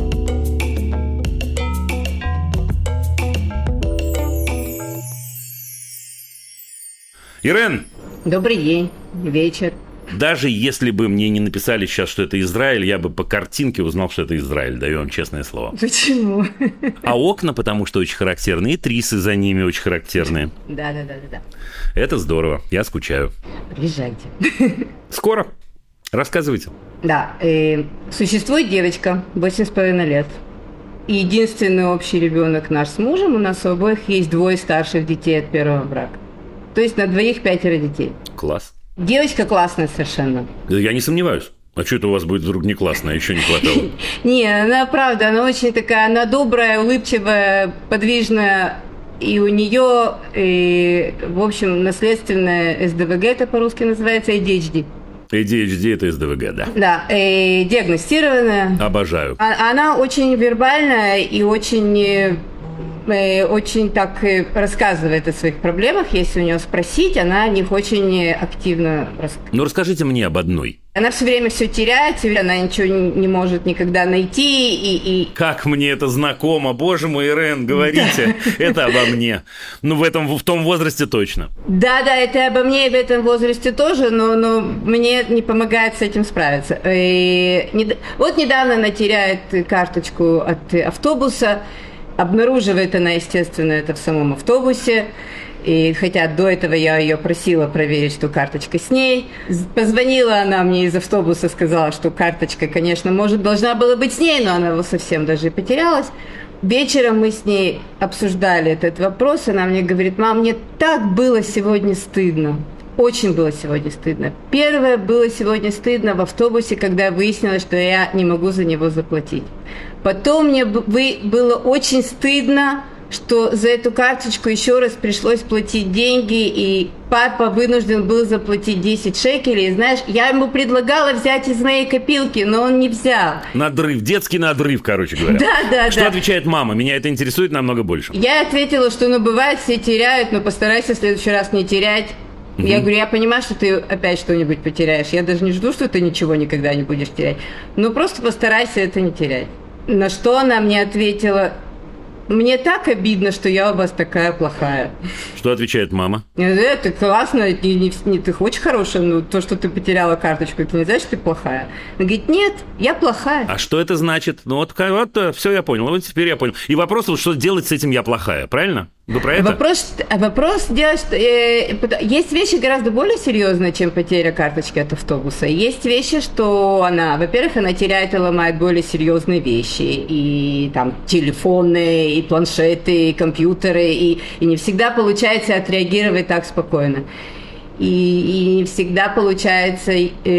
Ирен! Добрый день, вечер. Даже если бы мне не написали сейчас, что это Израиль, я бы по картинке узнал, что это Израиль, даю вам честное слово. Почему? А окна, потому что очень характерные, и трисы за ними очень характерные. Да, да, да, да, да. Это здорово, я скучаю. Приезжайте. Скоро. Рассказывайте. Да, э, существует девочка, восемь с половиной лет. И единственный общий ребенок наш с мужем, у нас у обоих есть двое старших детей от первого брака. То есть на двоих пятеро детей. Класс. Девочка классная совершенно. Я не сомневаюсь. А что это у вас будет вдруг не классно, а еще не хватало? Не, она правда, она очень такая, она добрая, улыбчивая, подвижная. И у нее, и, в общем, наследственная эс дэ вэ гэ, это по-русски называется, эй ди эйч ди. эй ди эйч ди – это эс дэ вэ гэ, да. Да, и диагностированная. Обожаю. А, она очень вербальная и очень... очень так рассказывает о своих проблемах. Если у нее спросить, она о них очень активно рассказывает. Ну, расскажите мне об одной. Она все время все теряет, она ничего не может никогда найти. И, и... Как мне это знакомо, боже мой, Ирен, говорите, это обо мне. Ну, в, этом, в том возрасте точно. Да-да, это обо мне и в этом возрасте тоже, но, но мне не помогает с этим справиться. И не... Вот недавно она теряет карточку от автобуса, обнаруживает она, естественно, это в самом автобусе. И хотя до этого я ее просила проверить, что карточка с ней. Позвонила она мне из автобуса, сказала, что карточка, конечно, может, должна была быть с ней, но она его совсем даже и потерялась. Вечером мы с ней обсуждали этот вопрос, она мне говорит: мам, мне так было сегодня стыдно. Очень было сегодня стыдно. Первое, было сегодня стыдно в автобусе, когда выяснилось, что я не могу за него заплатить. Потом мне было очень стыдно, что за эту карточку еще раз пришлось платить деньги, и папа вынужден был заплатить десять шекелей. И знаешь, я ему предлагала взять из моей копилки, но он не взял. Надрыв, детский надрыв, короче говоря. Да, да, Что да. отвечает мама? Меня это интересует намного больше. Я ответила, что, ну, бывает, все теряют, но постарайся в следующий раз не терять. Угу. Я говорю, я понимаю, что ты опять что-нибудь потеряешь. Я даже не жду, что ты ничего никогда не будешь терять. Но просто постарайся это не терять. На что она мне ответила: мне так обидно, что я у вас такая плохая. Что отвечает мама? Это классно, не, не, не, ты очень хорошая, но то, что ты потеряла карточку, это не значит, что ты плохая. Она говорит: нет, я плохая. А что это значит? Ну вот, вот все я понял, вот теперь я понял. И вопрос, вот, что делать с этим «я плохая», правильно? Вы про это? Вопрос, вопрос делать, что, э, есть вещи гораздо более серьезные, чем потеря карточки от автобуса. Есть вещи, что она, во-первых, она теряет и ломает более серьезные вещи, и там телефоны, и планшеты, и компьютеры, и, и не всегда получается отреагировать так спокойно. И, и не всегда получается,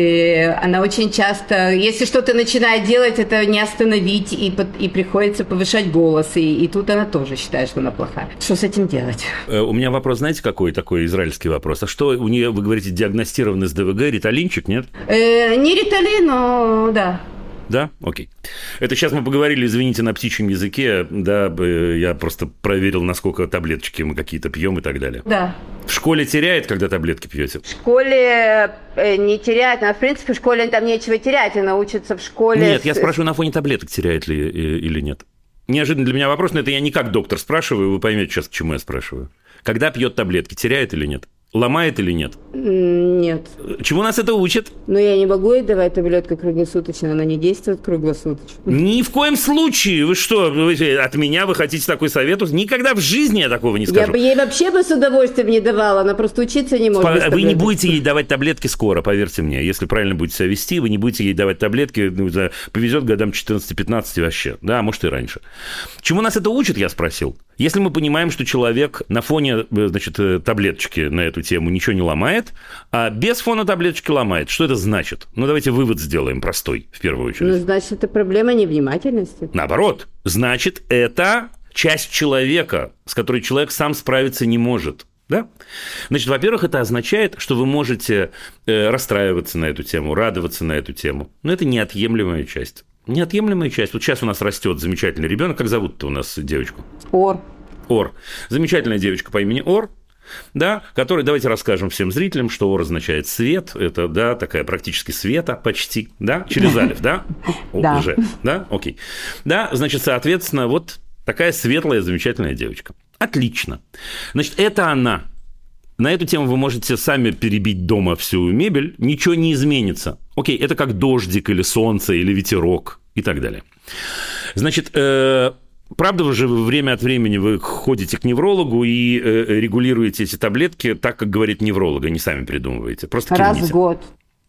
э, она очень часто, если что-то начинает делать, это не остановить, и, и приходится повышать голос, и, и тут она тоже считает, что она плохая. Что с этим делать? У меня вопрос, знаете, какой такой израильский вопрос? А что у нее, вы говорите, диагностированы с ДВГ, риталинчик, нет? Э, не риталин, но да. Да? Окей. Это сейчас мы поговорили, извините, на птичьем языке, да, я просто проверил, насколько таблеточки мы какие-то пьем и так далее. Да. В школе теряет, когда таблетки пьете? В школе э, не теряет, но в принципе в школе там нечего терять, она учится в школе. Нет, с... я спрашиваю, на фоне таблеток теряет ли или нет. Неожиданно для меня вопрос, но это я не как доктор спрашиваю, вы поймете сейчас, к чему я спрашиваю. Когда пьет таблетки, теряет или нет? Ломает или нет? Нет. Чему нас это учит? Но я не могу ей давать таблетку круглосуточно, она не действует круглосуточно. Ни в коем случае! Вы что, вы, от меня вы хотите такой совет? Никогда в жизни я такого не скажу. Я бы ей вообще бы с удовольствием не давала, она просто учиться не может. Вы не будете ей давать таблетки скоро, поверьте мне. Если правильно будете себя вести, вы не будете ей давать таблетки, ну, за, повезет годам четырнадцати-пятнадцати вообще. Да, а может и раньше. Чему нас это учит, я спросил. Если мы понимаем, что человек на фоне, значит, таблеточки на эту тему ничего не ломает, а без фона таблеточки ломает, что это значит? Ну, давайте вывод сделаем простой, в первую очередь. Ну, значит, это проблема невнимательности. Наоборот. Значит, это часть человека, с которой человек сам справиться не может. Да? Значит, во-первых, это означает, что вы можете э, расстраиваться на эту тему, радоваться на эту тему. Но это неотъемлемая часть. Неотъемлемая часть. Вот сейчас у нас растет замечательный ребенок. Как зовут-то у нас девочку? Ор. Ор. Замечательная девочка по имени Ор. Да, который, давайте расскажем всем зрителям, что Ор означает свет, это, да, такая практически света почти, да, через алиф, да? Да. Уже, да, окей. Да, значит, соответственно, вот такая светлая, замечательная девочка. Отлично. Значит, это она. На эту тему вы можете сами перебить дома всю мебель, ничего не изменится. Окей, это как дождик или солнце, или ветерок и так далее. Значит, э- правда, вы же время от времени вы ходите к неврологу и э, регулируете эти таблетки так, как говорит невролог, а не сами придумываете. Просто раз кивните. в год.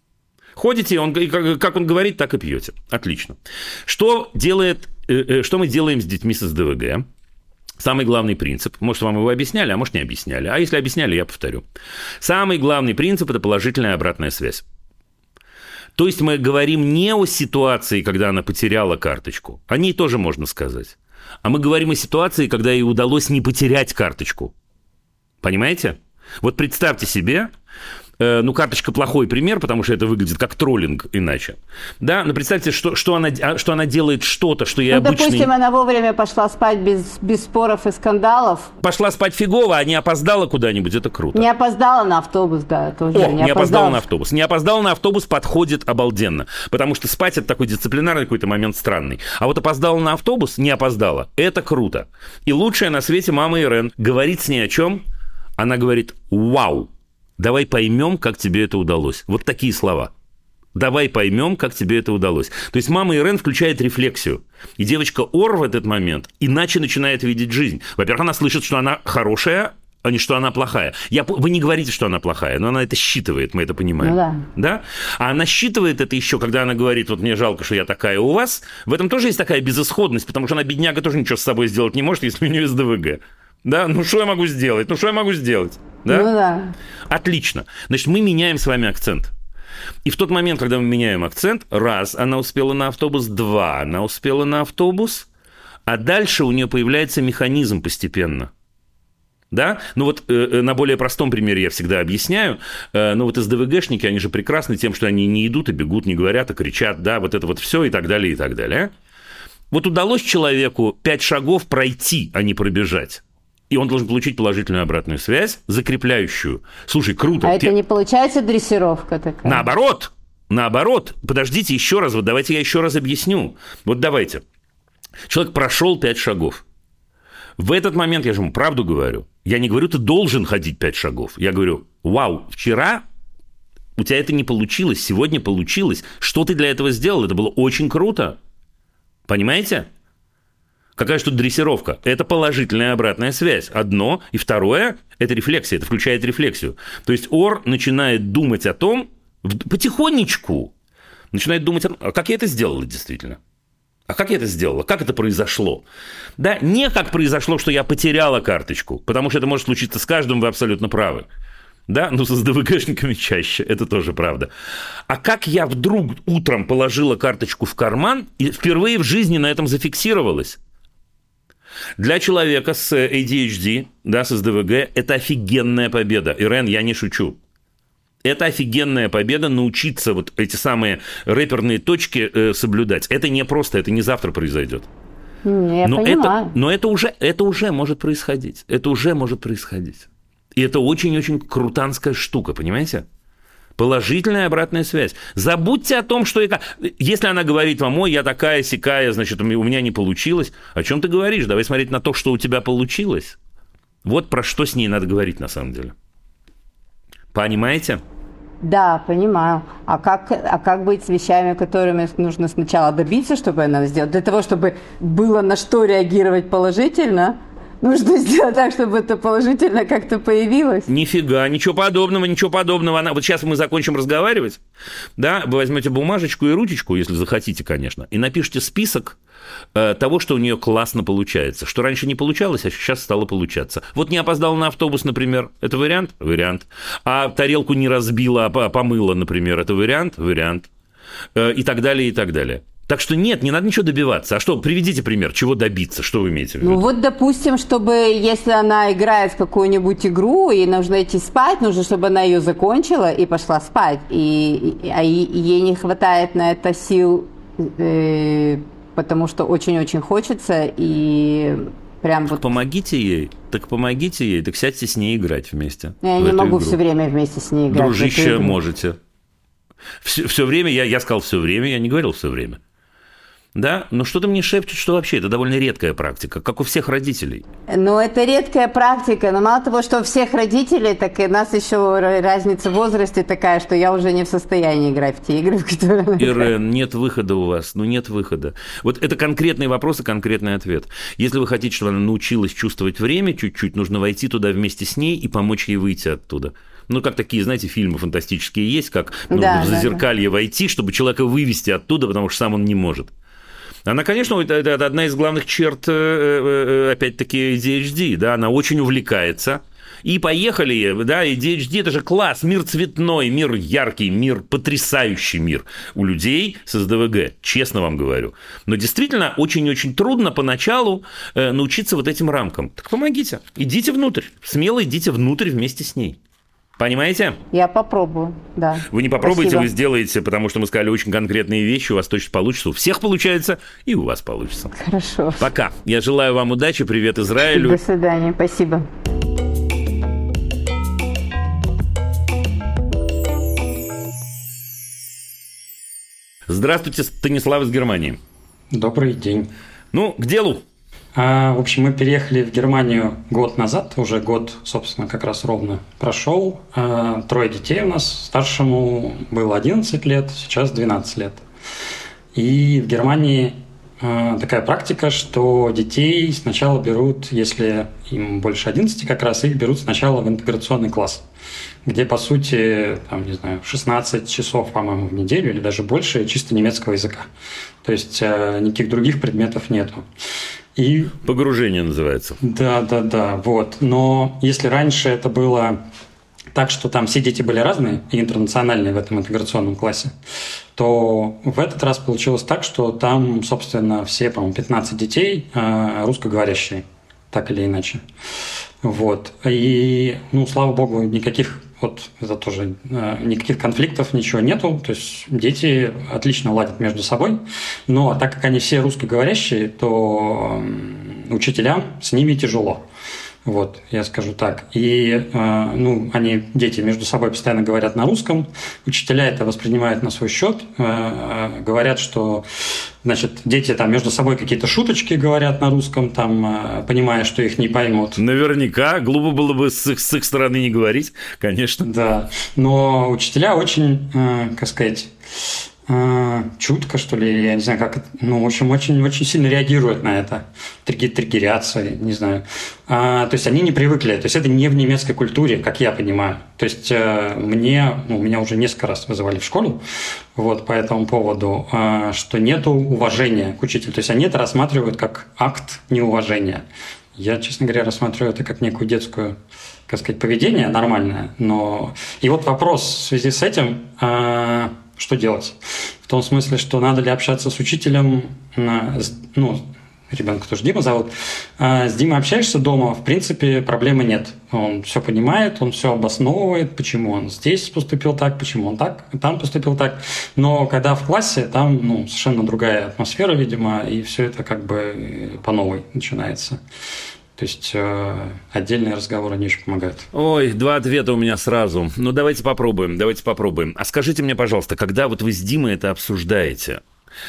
Ходите, он, как он говорит, так и пьете. Отлично. Что делает, э, что мы делаем с детьми с ДВГ? Самый главный принцип, может, вам его объясняли, а может, не объясняли. А если объясняли, я повторю. Самый главный принцип – это положительная обратная связь. То есть мы говорим не о ситуации, когда она потеряла карточку. О ней тоже можно сказать. А мы говорим о ситуации, когда ей удалось не потерять карточку. Понимаете? Вот представьте себе, Э, ну, карточка плохой пример, потому что это выглядит как троллинг иначе. Да, но представьте, что, что, она, что она делает что-то, что я ну, обычно... допустим, она вовремя пошла спать без, без споров и скандалов. Пошла спать фигово, а не опоздала куда-нибудь, это круто. Не опоздала на автобус, да. Тоже. О, не, не опоздала опоздала на автобус. Не опоздала на автобус подходит обалденно, потому что спать это такой дисциплинарный какой-то момент странный. А вот опоздала на автобус, не опоздала, это круто. И лучшая на свете мама Ирен говорит с ней о чем? Она говорит: вау, давай поймем, как тебе это удалось. Вот такие слова. Давай поймем, как тебе это удалось. То есть мама Ирен включает рефлексию. И девочка Ор в этот момент иначе начинает видеть жизнь. Во-первых, она слышит, что она хорошая, а не что она плохая. Я, вы не говорите, что она плохая, но она это считывает, мы это понимаем. Ну да. Да? А она считывает это еще, когда она говорит: вот мне жалко, что я такая у вас. В этом тоже есть такая безысходность, потому что она, бедняга, тоже ничего с собой сделать не может, если у нее СДВГ. Да? Ну что я могу сделать? Ну что я могу сделать? Да? Ну да. Отлично. Значит, мы меняем с вами акцент. И в тот момент, когда мы меняем акцент, раз, она успела на автобус, два, она успела на автобус, а дальше у нее появляется механизм постепенно. Да? Ну вот э, на более простом примере я всегда объясняю. Э, ну вот СДВГшники, они же прекрасны тем, что они не идут и бегут, не говорят, а кричат, да, вот это вот все и так далее, и так далее. Вот удалось человеку пять шагов пройти, а не пробежать. И он должен получить положительную обратную связь, закрепляющую. Слушай, круто. А это не получается дрессировка такая? Наоборот. Наоборот. Подождите еще раз. Вот давайте я еще раз объясню. Вот давайте. Человек прошел пять шагов. В этот момент я же ему правду говорю. Я не говорю, ты должен ходить пять шагов. Я говорю: вау, вчера у тебя это не получилось, сегодня получилось. Что ты для этого сделал? Это было очень круто. Понимаете? Какая же тут дрессировка? Это положительная обратная связь. Одно. И второе – это рефлексия. Это включает рефлексию. То есть Ор начинает думать о том, потихонечку начинает думать о том, а как я это сделала действительно? А как я это сделала? Как это произошло? Да, не как произошло, что я потеряла карточку, потому что это может случиться с каждым, вы абсолютно правы. Да, ну, с СДВГшниками чаще, это тоже правда. А как я вдруг утром положила карточку в карман и впервые в жизни на этом зафиксировалась? Для человека с эй ди эйч ди, да, с СДВГ, это офигенная победа. Ирен, я не шучу. Это офигенная победа научиться вот эти самые рэперные точки э, соблюдать. Это не просто, это не завтра произойдет. Я но понимаю. Это, но это уже, это уже может происходить. Это уже может происходить. И это очень-очень крутанская штука, понимаете? Положительная обратная связь. Забудьте о том, что... Если она говорит вам: ой, я такая сякая, значит, у меня не получилось. О чем ты говоришь? Давай смотреть на то, что у тебя получилось. Вот про что с ней надо говорить на самом деле. Понимаете? Да, понимаю. А как, а как быть с вещами, которыми нужно сначала добиться, чтобы она сделала? Для того, чтобы было на что реагировать положительно, нужно сделать так, чтобы это положительно как-то появилось. Нифига, ничего подобного, ничего подобного. Она... Вот сейчас мы закончим разговаривать, да, вы возьмете бумажечку и ручечку, если захотите, конечно, и напишите список э, того, что у нее классно получается. Что раньше не получалось, а сейчас стало получаться. Вот не опоздала на автобус, например, это вариант? Вариант. А тарелку не разбила, а помыла, например, это вариант? Вариант. Э, и так далее, и так далее. Так что нет, не надо ничего добиваться. А что, приведите пример, чего добиться, что вы имеете в виду? Ну вот, допустим, чтобы, если она играет в какую-нибудь игру, и нужно идти спать, нужно, чтобы она ее закончила и пошла спать. И, и, а ей не хватает на это сил, э, потому что очень-очень хочется, и прям так вот... помогите ей, так помогите ей, так сядьте с ней играть вместе. Я не могу игру. все время вместе с ней играть. Дружище, можете. Все, все время, я, я сказал все время, я не говорил все время. Да, но что-то мне шепчет, что вообще это довольно редкая практика, как у всех родителей. Ну, это редкая практика, но мало того, что у всех родителей, так и у нас еще разница в возрасте такая, что я уже не в состоянии играть в те игры, в которые... Ирен, нет выхода у вас, ну нет выхода. Вот это конкретный вопрос и конкретный ответ. Если вы хотите, чтобы она научилась чувствовать время чуть-чуть, нужно войти туда вместе с ней и помочь ей выйти оттуда. Ну, как такие, знаете, фильмы фантастические есть, как нужно да, в зазеркалье да, да. войти, чтобы человека вывести оттуда, потому что сам он не может. Она, конечно, это, это одна из главных черт, опять-таки, эй ди эйч ди, да, она очень увлекается. И поехали, да, эй ди эйч ди – это же класс, мир цветной, мир яркий, мир потрясающий мир у людей с СДВГ, честно вам говорю. Но действительно очень-очень трудно поначалу научиться вот этим рамкам. Так помогите, идите внутрь, смело идите внутрь вместе с ней. Понимаете? Я попробую, да. Вы не попробуете, Спасибо. вы сделаете, потому что мы сказали очень конкретные вещи, у вас точно получится, у всех получается, и у вас получится. Хорошо. Пока. Я желаю вам удачи, привет Израилю. До свидания, спасибо. Здравствуйте, Станислав из Германии. Добрый день. Ну, к делу. А, в общем, мы переехали в Германию год назад, уже год, собственно, как раз ровно прошел. А, трое детей у нас, старшему было одиннадцать лет, сейчас двенадцать лет. И в Германии а, такая практика, что детей сначала берут, если им больше одиннадцати как раз, их берут сначала в интеграционный класс, где, по сути, там, не знаю, шестнадцать часов, по-моему, в неделю или даже больше чисто немецкого языка. То есть а, никаких других предметов нету. И... Погружение называется. Да, да, да, вот. Но если раньше это было так, что там все дети были разные и интернациональные в этом интеграционном классе, то в этот раз получилось так, что там, собственно, все, по-моему, пятнадцать детей э, русскоговорящие, так или иначе. Вот. И, ну, слава богу, никаких, вот это тоже, э, никаких конфликтов, ничего нету. То есть дети отлично ладят между собой. Но так как они все русскоговорящие, то э, учителям с ними тяжело. Вот, я скажу так. И, э, ну, они, дети, между собой постоянно говорят на русском. Учителя это воспринимают на свой счет. Э, говорят, что, значит, дети там между собой какие-то шуточки говорят на русском, там, э, понимая, что их не поймут. Наверняка. Глупо было бы с их, с их стороны не говорить, конечно. Да. Но учителя очень, э, как сказать... чутко, что ли, я не знаю, как это, ну, в общем, очень-очень сильно реагируют на это, триггерятся, не знаю. А, то есть они не привыкли, то есть это не в немецкой культуре, как я понимаю. То есть мне, ну, меня уже несколько раз вызывали в школу, вот, по этому поводу, что нету уважения к учителю, то есть они это рассматривают как акт неуважения. Я, честно говоря, рассматриваю это как некую детскую, как сказать, поведение нормальное, но... И вот вопрос в связи с этим... Что делать? В том смысле, что надо ли общаться с учителем, ну, ребенка тоже Дима зовут, с Димой общаешься дома, в принципе, проблемы нет. Он все понимает, он все обосновывает, почему он здесь поступил так, почему он так, там поступил так. Но когда в классе, там, ну, совершенно другая атмосфера, видимо, и все это как бы по новой начинается. То есть э, отдельные разговоры не очень помогают. Ой, два ответа у меня сразу. Ну, давайте попробуем, давайте попробуем. А скажите мне, пожалуйста, когда вот вы с Димой это обсуждаете,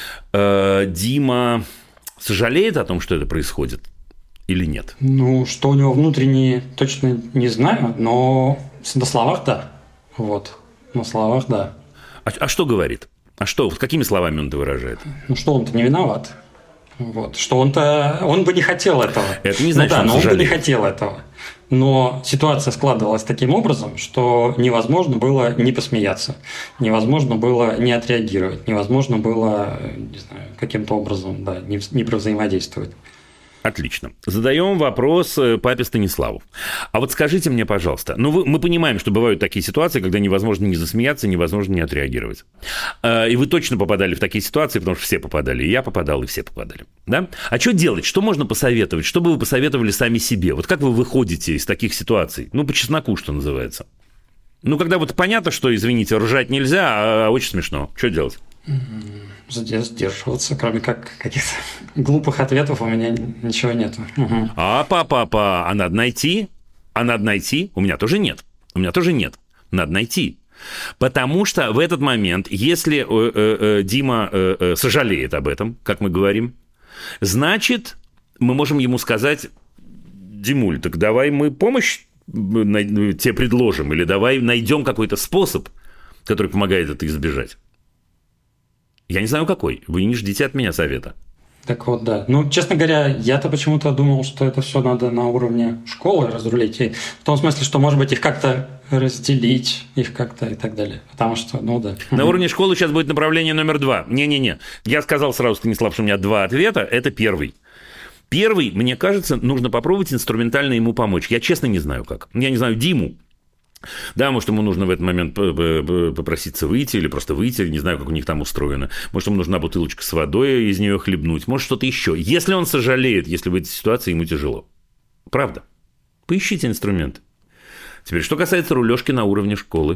э, Дима сожалеет о том, что это происходит или нет? Ну, что у него внутренне, точно не знаю, но на словах да. Вот, на словах да. А, а что говорит? А что, какими словами он это выражает? Ну, что он-то не виноват. Вот. Что он-то, он бы не хотел этого. Это не значит, ну, да, что он но он сожалеет. бы не хотел этого. Но ситуация складывалась таким образом, что невозможно было не посмеяться, невозможно было не отреагировать, невозможно было, не знаю, каким-то образом, да, не, не взаимодействовать. Отлично. Задаем вопрос папе Станиславу. А вот скажите мне, пожалуйста, ну вы, мы понимаем, что бывают такие ситуации, когда невозможно не засмеяться, невозможно не отреагировать. И вы точно попадали в такие ситуации, потому что все попадали. И я попадал, и все попадали. Да? А что делать? Что можно посоветовать? Что бы вы посоветовали сами себе? Вот как вы выходите из таких ситуаций? Ну, по чесноку, что называется. Ну, когда вот понятно, что, извините, ржать нельзя, а очень смешно. Что делать? Сдерживаться, кроме как каких-то глупых ответов у меня ничего нету. Угу. А, папа, папа, а надо найти? А надо найти? У меня тоже нет. У меня тоже нет. Надо найти. Потому что в этот момент, если э, э, э, Дима э, э, сожалеет об этом, как мы говорим, значит, мы можем ему сказать: Димуль, так давай мы помощь тебе предложим, или давай найдем какой-то способ, который помогает это избежать. Я не знаю, какой. Вы не ждите от меня совета. Так вот, да. Ну, честно говоря, я-то почему-то думал, что это все надо на уровне школы разрулить. И в том смысле, что, может быть, их как-то разделить, их как-то и так далее. Потому что, ну да. На уровне школы сейчас будет направление номер два. Не-не-не. Я сказал сразу, Станислав, что у меня два ответа. Это первый. Первый, мне кажется, нужно попробовать инструментально ему помочь. Я честно не знаю, как. Я не знаю Диму. Да, может, ему нужно в этот момент попроситься выйти или просто выйти, не знаю, как у них там устроено. Может, ему нужна бутылочка с водой, из нее хлебнуть, может, что-то еще. Если он сожалеет, если в этой ситуации ему тяжело. Правда. Поищите инструмент. Теперь, что касается рулежки на уровне школы.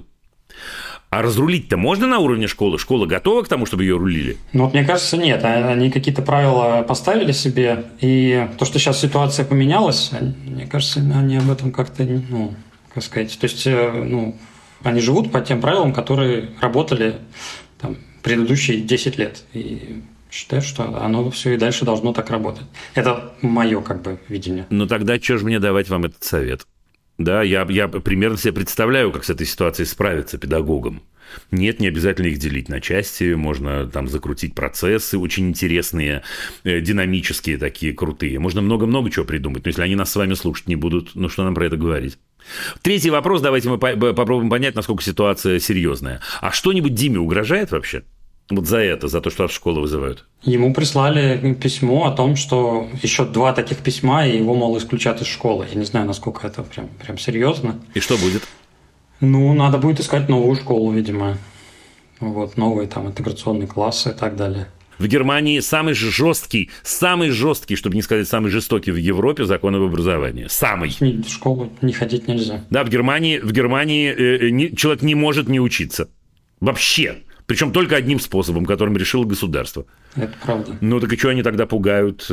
А разрулить-то можно на уровне школы? Школа готова к тому, чтобы ее рулили? Ну, вот мне кажется, нет. Они какие-то правила поставили себе, и то, что сейчас ситуация поменялась, мне кажется, они об этом как-то, ну, как сказать, то есть, ну, они живут по тем правилам, которые работали там предыдущие десять лет. И считаю, что оно все и дальше должно так работать. Это мое, как бы, видение. Ну, тогда что же мне давать вам этот совет? Да, я, я примерно себе представляю, как с этой ситуацией справиться педагогам. Нет, не обязательно их делить на части, можно там закрутить процессы очень интересные, э, динамические такие, крутые. Можно много-много чего придумать, но если они нас с вами слушать не будут, ну что нам про это говорить? Третий вопрос, давайте мы по- попробуем понять, насколько ситуация серьезная. А что-нибудь Диме угрожает вообще? Вот за это, за то, что вас в школу вызывают? Ему прислали письмо о том, что еще два таких письма, и его, мол, исключат из школы. Я не знаю, насколько это прям, прям серьезно. И что будет? Ну, надо будет искать новую школу, видимо. Вот, новые там интеграционные классы и так далее. В Германии самый жесткий, самый жесткий, чтобы не сказать самый жестокий в Европе закон об образовании. Самый. В школу не ходить нельзя. Да, в Германии, в Германии э, не, человек не может не учиться. Вообще. Причем только одним способом, которым решило государство. Это правда. Ну, так и что они тогда пугают?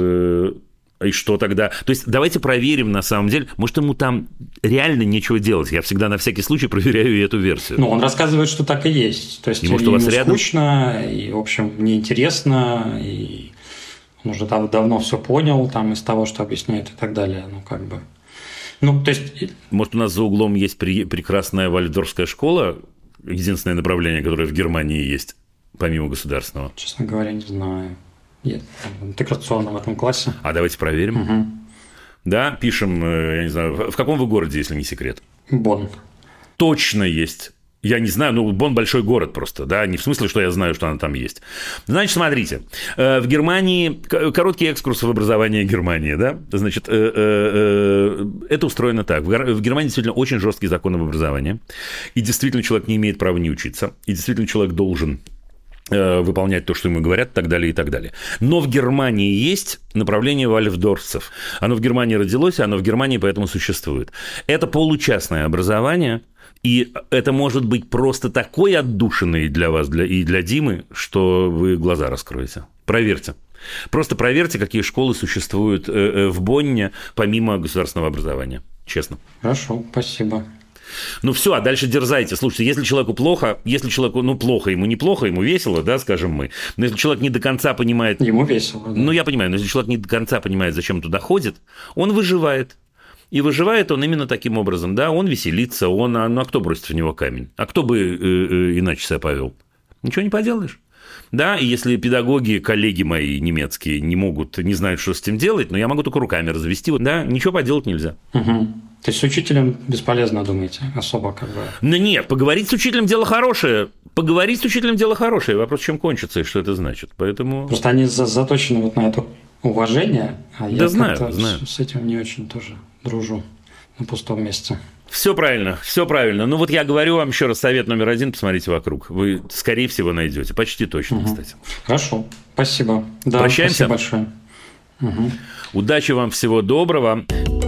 И что тогда? То есть, давайте проверим на самом деле. Может, ему там реально нечего делать. Я всегда на всякий случай проверяю и эту версию. Ну, он рассказывает, что так и есть. То есть, и, может, у вас рядом? Скучно, и, в общем, неинтересно, и он уже дав- давно все понял там из того, что объясняет и так далее. Ну, как бы... Ну, то есть... Может, у нас за углом есть при... прекрасная вальдорфская школа, единственное направление, которое в Германии есть, помимо государственного? Честно говоря, не знаю. Нет, интеграционно в этом классе. А давайте проверим. Угу. Да, пишем, я не знаю, в каком вы городе, если не секрет? Бонн. Точно есть. Я не знаю, ну, Бонн большой город просто, да, не в смысле, что я знаю, что она там есть. Значит, смотрите, в Германии, короткий экскурс в образование Германии, да, значит, это устроено так. В Германии действительно очень жесткий закон об образовании, и действительно человек не имеет права не учиться, и действительно человек должен выполнять то, что ему говорят, и так далее, и так далее. Но в Германии есть направление вальфдорфцев. Оно в Германии родилось, оно в Германии поэтому существует. Это получастное образование, и это может быть просто такой отдушиной для вас для, и для Димы, что вы глаза раскроете. Проверьте. Просто проверьте, какие школы существуют в Бонне помимо государственного образования. Честно. Хорошо, спасибо. Ну все, а дальше дерзайте. Слушайте, если человеку плохо, если человеку, ну, плохо, ему неплохо, ему весело, да, скажем мы. Но если человек не до конца понимает... Ему весело, да. Ну, я понимаю, но если человек не до конца понимает, зачем туда ходит, он выживает. И выживает он именно таким образом, да, он веселится, он, а, ну, а кто бросит в него камень? А кто бы э, э, иначе себя повел? Ничего не поделаешь. Да, и если педагоги, коллеги мои немецкие не могут, не знают, что с этим делать, но я могу только руками развести, да, ничего поделать нельзя. Угу. То есть с учителем бесполезно, думаете, особо как бы? Ну нет, поговорить с учителем дело хорошее. Поговорить с учителем дело хорошее. Вопрос, чем кончится и что это значит. Поэтому... Просто они заточены вот на это уважение, а да я знаю, как-то знаю. с этим не очень тоже дружу на пустом месте. Все правильно, все правильно. Ну вот я говорю вам еще раз совет номер один, посмотрите вокруг. Вы, скорее всего, найдете. Почти точно, угу. Кстати. Хорошо, спасибо. Да, прощаемся. Спасибо большое. Угу. Удачи вам, всего доброго.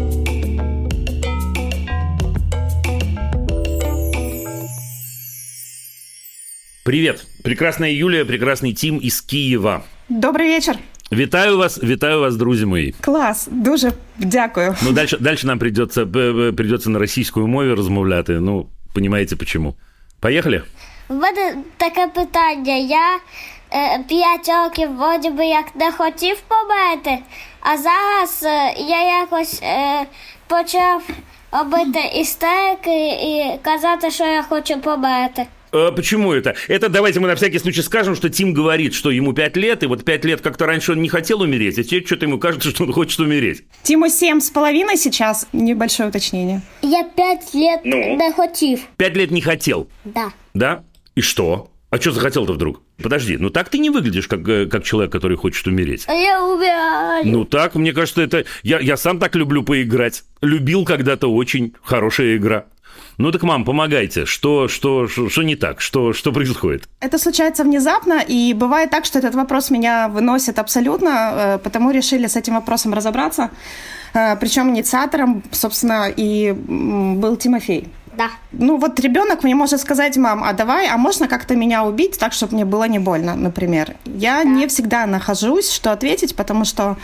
Привет. Прекрасная Юлия, прекрасный Тим из Києва. Добрий вечір. Вітаю вас, вітаю вас, друзі мої. Клас, дуже дякую. Ну, дальше, дальше нам придется, придется на російській мові розмовляти, ну, понимаете почему. Поїхали? У мене таке питання. Я е, п'ять років вроді би як не хотів померти, а зараз е, я якось е, почав робити істерики і казати, що я хочу померти. Почему это? Это давайте мы на всякий случай скажем, что Тим говорит, что ему пять лет, и вот пять лет как-то раньше он не хотел умереть, а теперь что-то ему кажется, что он хочет умереть. Тиму семь с половиной сейчас, небольшое уточнение. Я пять лет ну? не хотел. Пять лет не хотел? Да. Да? И что? А что захотел-то вдруг? Подожди, ну так ты не выглядишь, как, как человек, который хочет умереть. А я умираю. Ну так, мне кажется, это... Я, я сам так люблю поиграть. Любил когда-то очень, хорошая игра. Ну так, мам, помогайте. Что, что, что, что не так? Что, что происходит? Это случается внезапно, и бывает так, что этот вопрос меня выносит абсолютно, потому решили с этим вопросом разобраться. Причем инициатором, собственно, и был Тимофей. Да. Ну вот ребенок мне может сказать: мам, а давай, а можно как-то меня убить так, чтобы мне было не больно, например. Я да. не всегда нахожусь, что ответить, потому что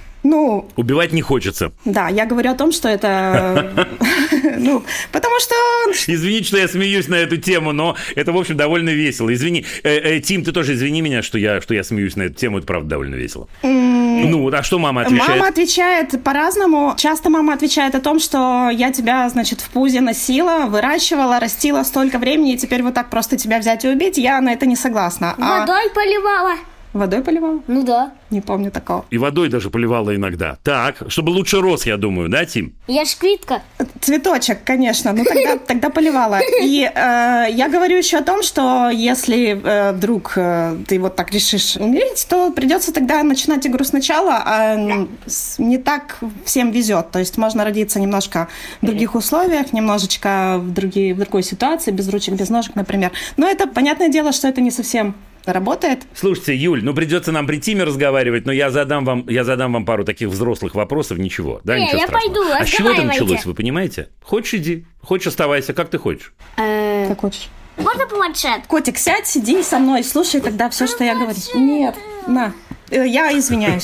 Ну, убивать не хочется. Да, я говорю о том, что это... Ну, потому что... Извините, что я смеюсь на эту тему, но это, в общем, довольно весело. Извини. Тим, ты тоже извини меня, что я, что я смеюсь на эту тему. Это, правда, довольно весело. Ну, а что мама отвечает? Мама отвечает по-разному. Часто мама отвечает о том, что я тебя, значит, в пузе носила, выращивала, растила столько времени, и теперь вот так просто тебя взять и убить. Я на это не согласна. Водой а... поливала. Водой поливала? Ну да. Не помню такого. И водой даже поливала иногда. Так, чтобы лучше рос, я думаю, да, Тим? Я ж квитка. Цветочек, конечно. Ну, тогда, тогда поливала. И э, я говорю еще о том, что если э, вдруг э, ты вот так решишь умереть, то придется тогда начинать игру сначала, а не так всем везет. То есть можно родиться немножко в других условиях, немножечко в, другие, в другой ситуации, без ручек, без ножек, например. Но это, понятное дело, что это не совсем... работает. Слушайте, Юль, ну придется нам при Тиме разговаривать, но я задам вам, я задам вам пару таких взрослых вопросов, ничего, да, Не, ничего я страшного. пойду, а с чего это началось, вы понимаете? Хочешь, иди, хочешь, оставайся, как ты хочешь. Как хочешь. Можно планшет? Котик, сядь, сиди со мной, слушай тогда все, что я говорю. Нет, на, я извиняюсь.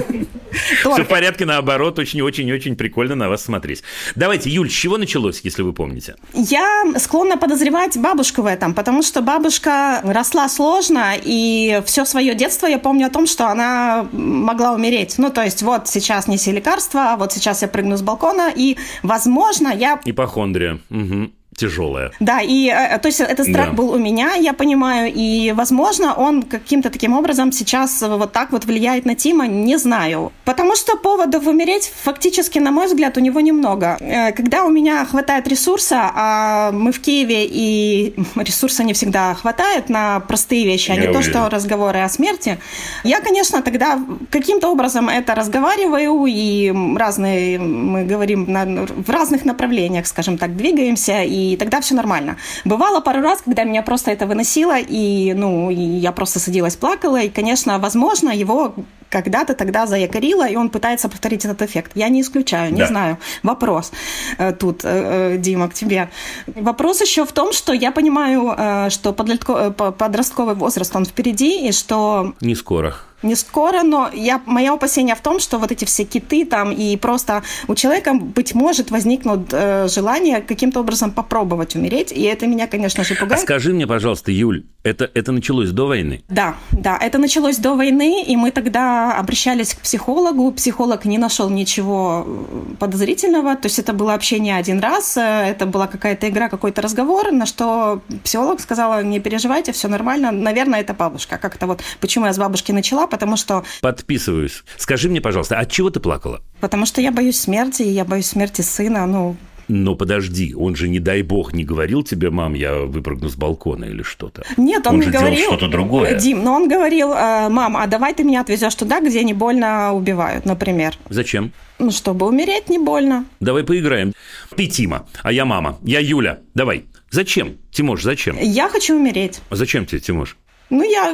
Все в порядке, наоборот, очень-очень-очень прикольно на вас смотреть. Давайте, Юль, с чего началось, если вы помните? Я склонна подозревать бабушку в этом, потому что бабушка росла сложно, и все свое детство я помню о том, что она могла умереть. Ну, то есть, вот сейчас неси лекарства, вот сейчас я прыгну с балкона, и, возможно, я... Ипохондрия. Угу. Тяжелая. Да, и то есть этот страх да. был у меня, я понимаю, и, возможно, он каким-то таким образом сейчас вот так вот влияет на Тима, не знаю. Потому что поводов умереть фактически, на мой взгляд, у него немного. Когда у меня хватает ресурса, а мы в Киеве, и ресурса не всегда хватает на простые вещи, а я не уверен. То, что разговоры о смерти, я, конечно, тогда каким-то образом это разговариваю, и разные, мы говорим на, в разных направлениях, скажем так, двигаемся, и И тогда все нормально. Бывало пару раз, когда меня просто это выносило, и, ну, и я просто садилась, плакала, и, конечно, возможно, его когда-то тогда заякорило, и он пытается повторить этот эффект. Я не исключаю, не да. знаю. Вопрос тут, Дима, к тебе. Вопрос еще в том, что я понимаю, что подростковый возраст, он впереди, и что... Не скоро. Не скоро, но я, мое опасение в том, что вот эти все киты там, и просто у человека, быть может, возникнут э, желание каким-то образом попробовать умереть, и это меня, конечно же, пугает. А скажи мне, пожалуйста, Юль, это, это началось до войны? Да, да, это началось до войны, и мы тогда обращались к психологу, психолог не нашел ничего подозрительного, то есть это было общение один раз, это была какая-то игра, какой-то разговор, на что психолог сказала: не переживайте, все нормально, наверное, это бабушка. Как-то вот, почему я с бабушки начала, потому что... Подписываюсь. Скажи мне, пожалуйста, от чего ты плакала? Потому что я боюсь смерти, и я боюсь смерти сына, ну... Но подожди, он же, не дай бог, не говорил тебе: мам, я выпрыгну с балкона или что-то? Нет, он, он не же говорил... делал что-то другое. Дим, но он говорил: мам, а давай ты меня отвезешь туда, где не больно убивают, например. Зачем? Ну, чтобы умереть не больно. Давай поиграем. Ты Тима, а я мама. Я Юля. Давай. Зачем? Тимош, зачем? Я хочу умереть. А зачем тебе, Тимош? Ну, я...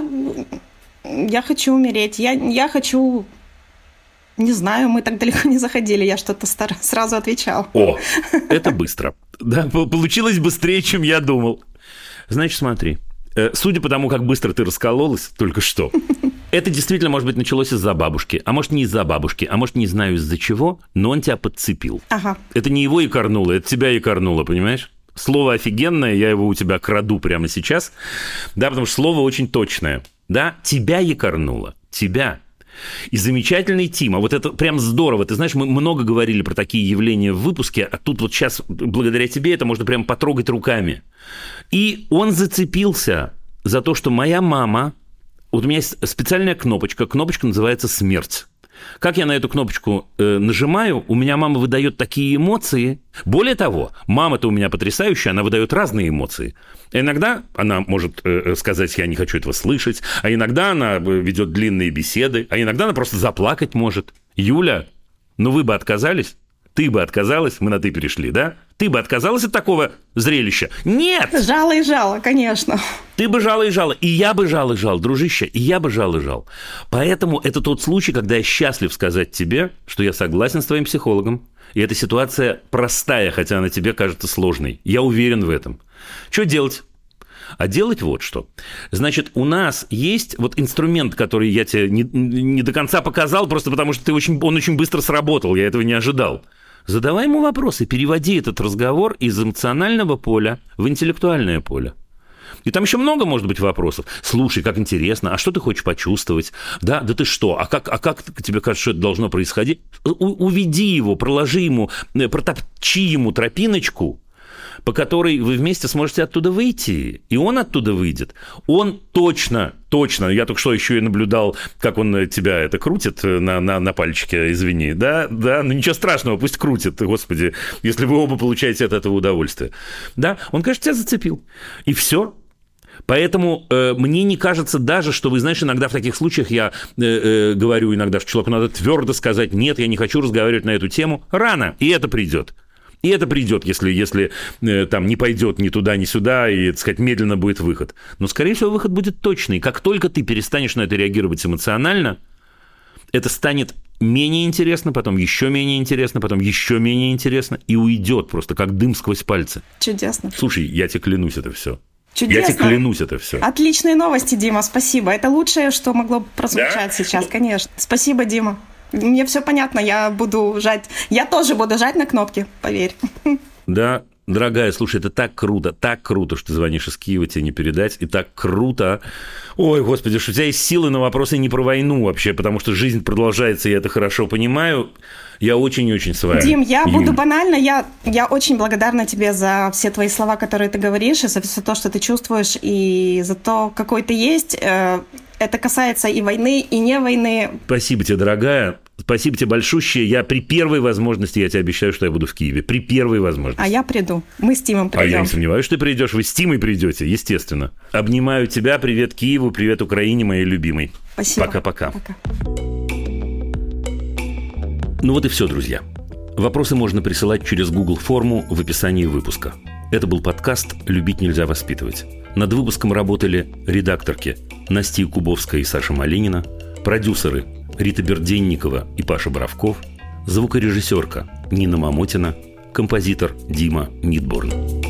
Я хочу умереть. Я, я хочу... Не знаю, мы так далеко не заходили, я что-то стар... сразу отвечал. О, это быстро. Да, получилось быстрее, чем я думал. Значит, смотри. Судя по тому, как быстро ты раскололась только что, это действительно, может быть, началось из-за бабушки. А может, не из-за бабушки, а может, не знаю из-за чего, но он тебя подцепил. Ага. Это не его икорнуло, это тебя икорнуло, понимаешь? Слово офигенное, я его у тебя краду прямо сейчас. Да, потому что слово очень точное. Да, тебя якорнуло. Тебя. И замечательный Тима. Вот это прям здорово. Ты знаешь, мы много говорили про такие явления в выпуске, а тут вот сейчас, благодаря тебе, это можно прям потрогать руками. И он зацепился за то, что моя мама... Вот у меня есть специальная кнопочка. Кнопочка называется «Смерть». Как я на эту кнопочку э, нажимаю, у меня мама выдает такие эмоции. Более того, мама-то у меня потрясающая, она выдает разные эмоции. Иногда она может э, сказать: я не хочу этого слышать, а иногда она ведет длинные беседы, а иногда она просто заплакать может. Юля, ну вы бы отказались? Ты бы отказалась, мы на «ты» перешли, да? Ты бы отказалась от такого зрелища? Нет! Жало и жало, конечно. Ты бы жала и жала, и я бы жал и жал, дружище, и я бы жал и жал. Поэтому это тот случай, когда я счастлив сказать тебе, что я согласен с твоим психологом, и эта ситуация простая, хотя она тебе кажется сложной. Я уверен в этом. Что делать? А делать вот что. Значит, у нас есть вот инструмент, который я тебе не, не до конца показал, просто потому что ты очень, он очень быстро сработал, я этого не ожидал. Задавай ему вопросы, переводи этот разговор из эмоционального поля в интеллектуальное поле. И там еще много, может быть, вопросов. Слушай, как интересно, а что ты хочешь почувствовать? Да, да ты что? А как, а как тебе кажется, что это должно происходить? У, уведи его, проложи ему, протопчи ему тропиночку, по которой вы вместе сможете оттуда выйти, и он оттуда выйдет. Он точно, точно, я только что еще и наблюдал, как он тебя это крутит на, на, на пальчике, извини, да, да, ну ничего страшного, пусть крутит, господи, если вы оба получаете от этого удовольствие. Да, он, конечно, тебя зацепил, и все. Поэтому э, мне не кажется даже, что, вы знаешь, иногда в таких случаях я э, э, говорю иногда, что человеку надо твердо сказать: нет, я не хочу разговаривать на эту тему. Рано, и это придет. И это придет, если, если э, там не пойдет ни туда, ни сюда, и, так сказать, медленно будет выход. Но, скорее всего, выход будет точный. Как только ты перестанешь на это реагировать эмоционально, это станет менее интересно, потом еще менее интересно, потом еще менее интересно, и уйдет просто как дым сквозь пальцы. Чудесно. Слушай, я тебе клянусь, это все. Чудесно. Я тебе клянусь, это все. Отличные новости, Дима, спасибо. Это лучшее, что могло прозвучать, да? Сейчас, конечно. Спасибо, Дима. Мне все понятно, я буду жать. Я тоже буду жать на кнопки, поверь. Да, дорогая, слушай, это так круто, так круто, что ты звонишь из Киева, тебе не передать, и так круто. Ой, господи, что у тебя есть силы на вопросы не про войну вообще, потому что жизнь продолжается, и я это хорошо понимаю. Я очень-очень с вами. Дим, я Юль. буду банальна. Я, я очень благодарна тебе за все твои слова, которые ты говоришь, и за все то, что ты чувствуешь, и за то, какой ты есть. Это касается и войны, и не войны. Спасибо тебе, дорогая. Спасибо тебе большущее. Я при первой возможности, я тебе обещаю, что я буду в Киеве. При первой возможности. А я приду. Мы с Тимом придем. А я не сомневаюсь, что ты придешь. Вы с Тимой придете, естественно. Обнимаю тебя. Привет Киеву, привет Украине, моей любимой. Спасибо. Пока-пока. Пока. Ну вот и все, друзья. Вопросы можно присылать через Google форму в описании выпуска. Это был подкаст «Любить нельзя воспитывать». Над выпуском работали редакторки Настя Кубовская и Саша Малинина, продюсеры Рита Берденникова и Паша Боровков, звукорежиссерка Нина Мамотина, композитор Дима Мидборн.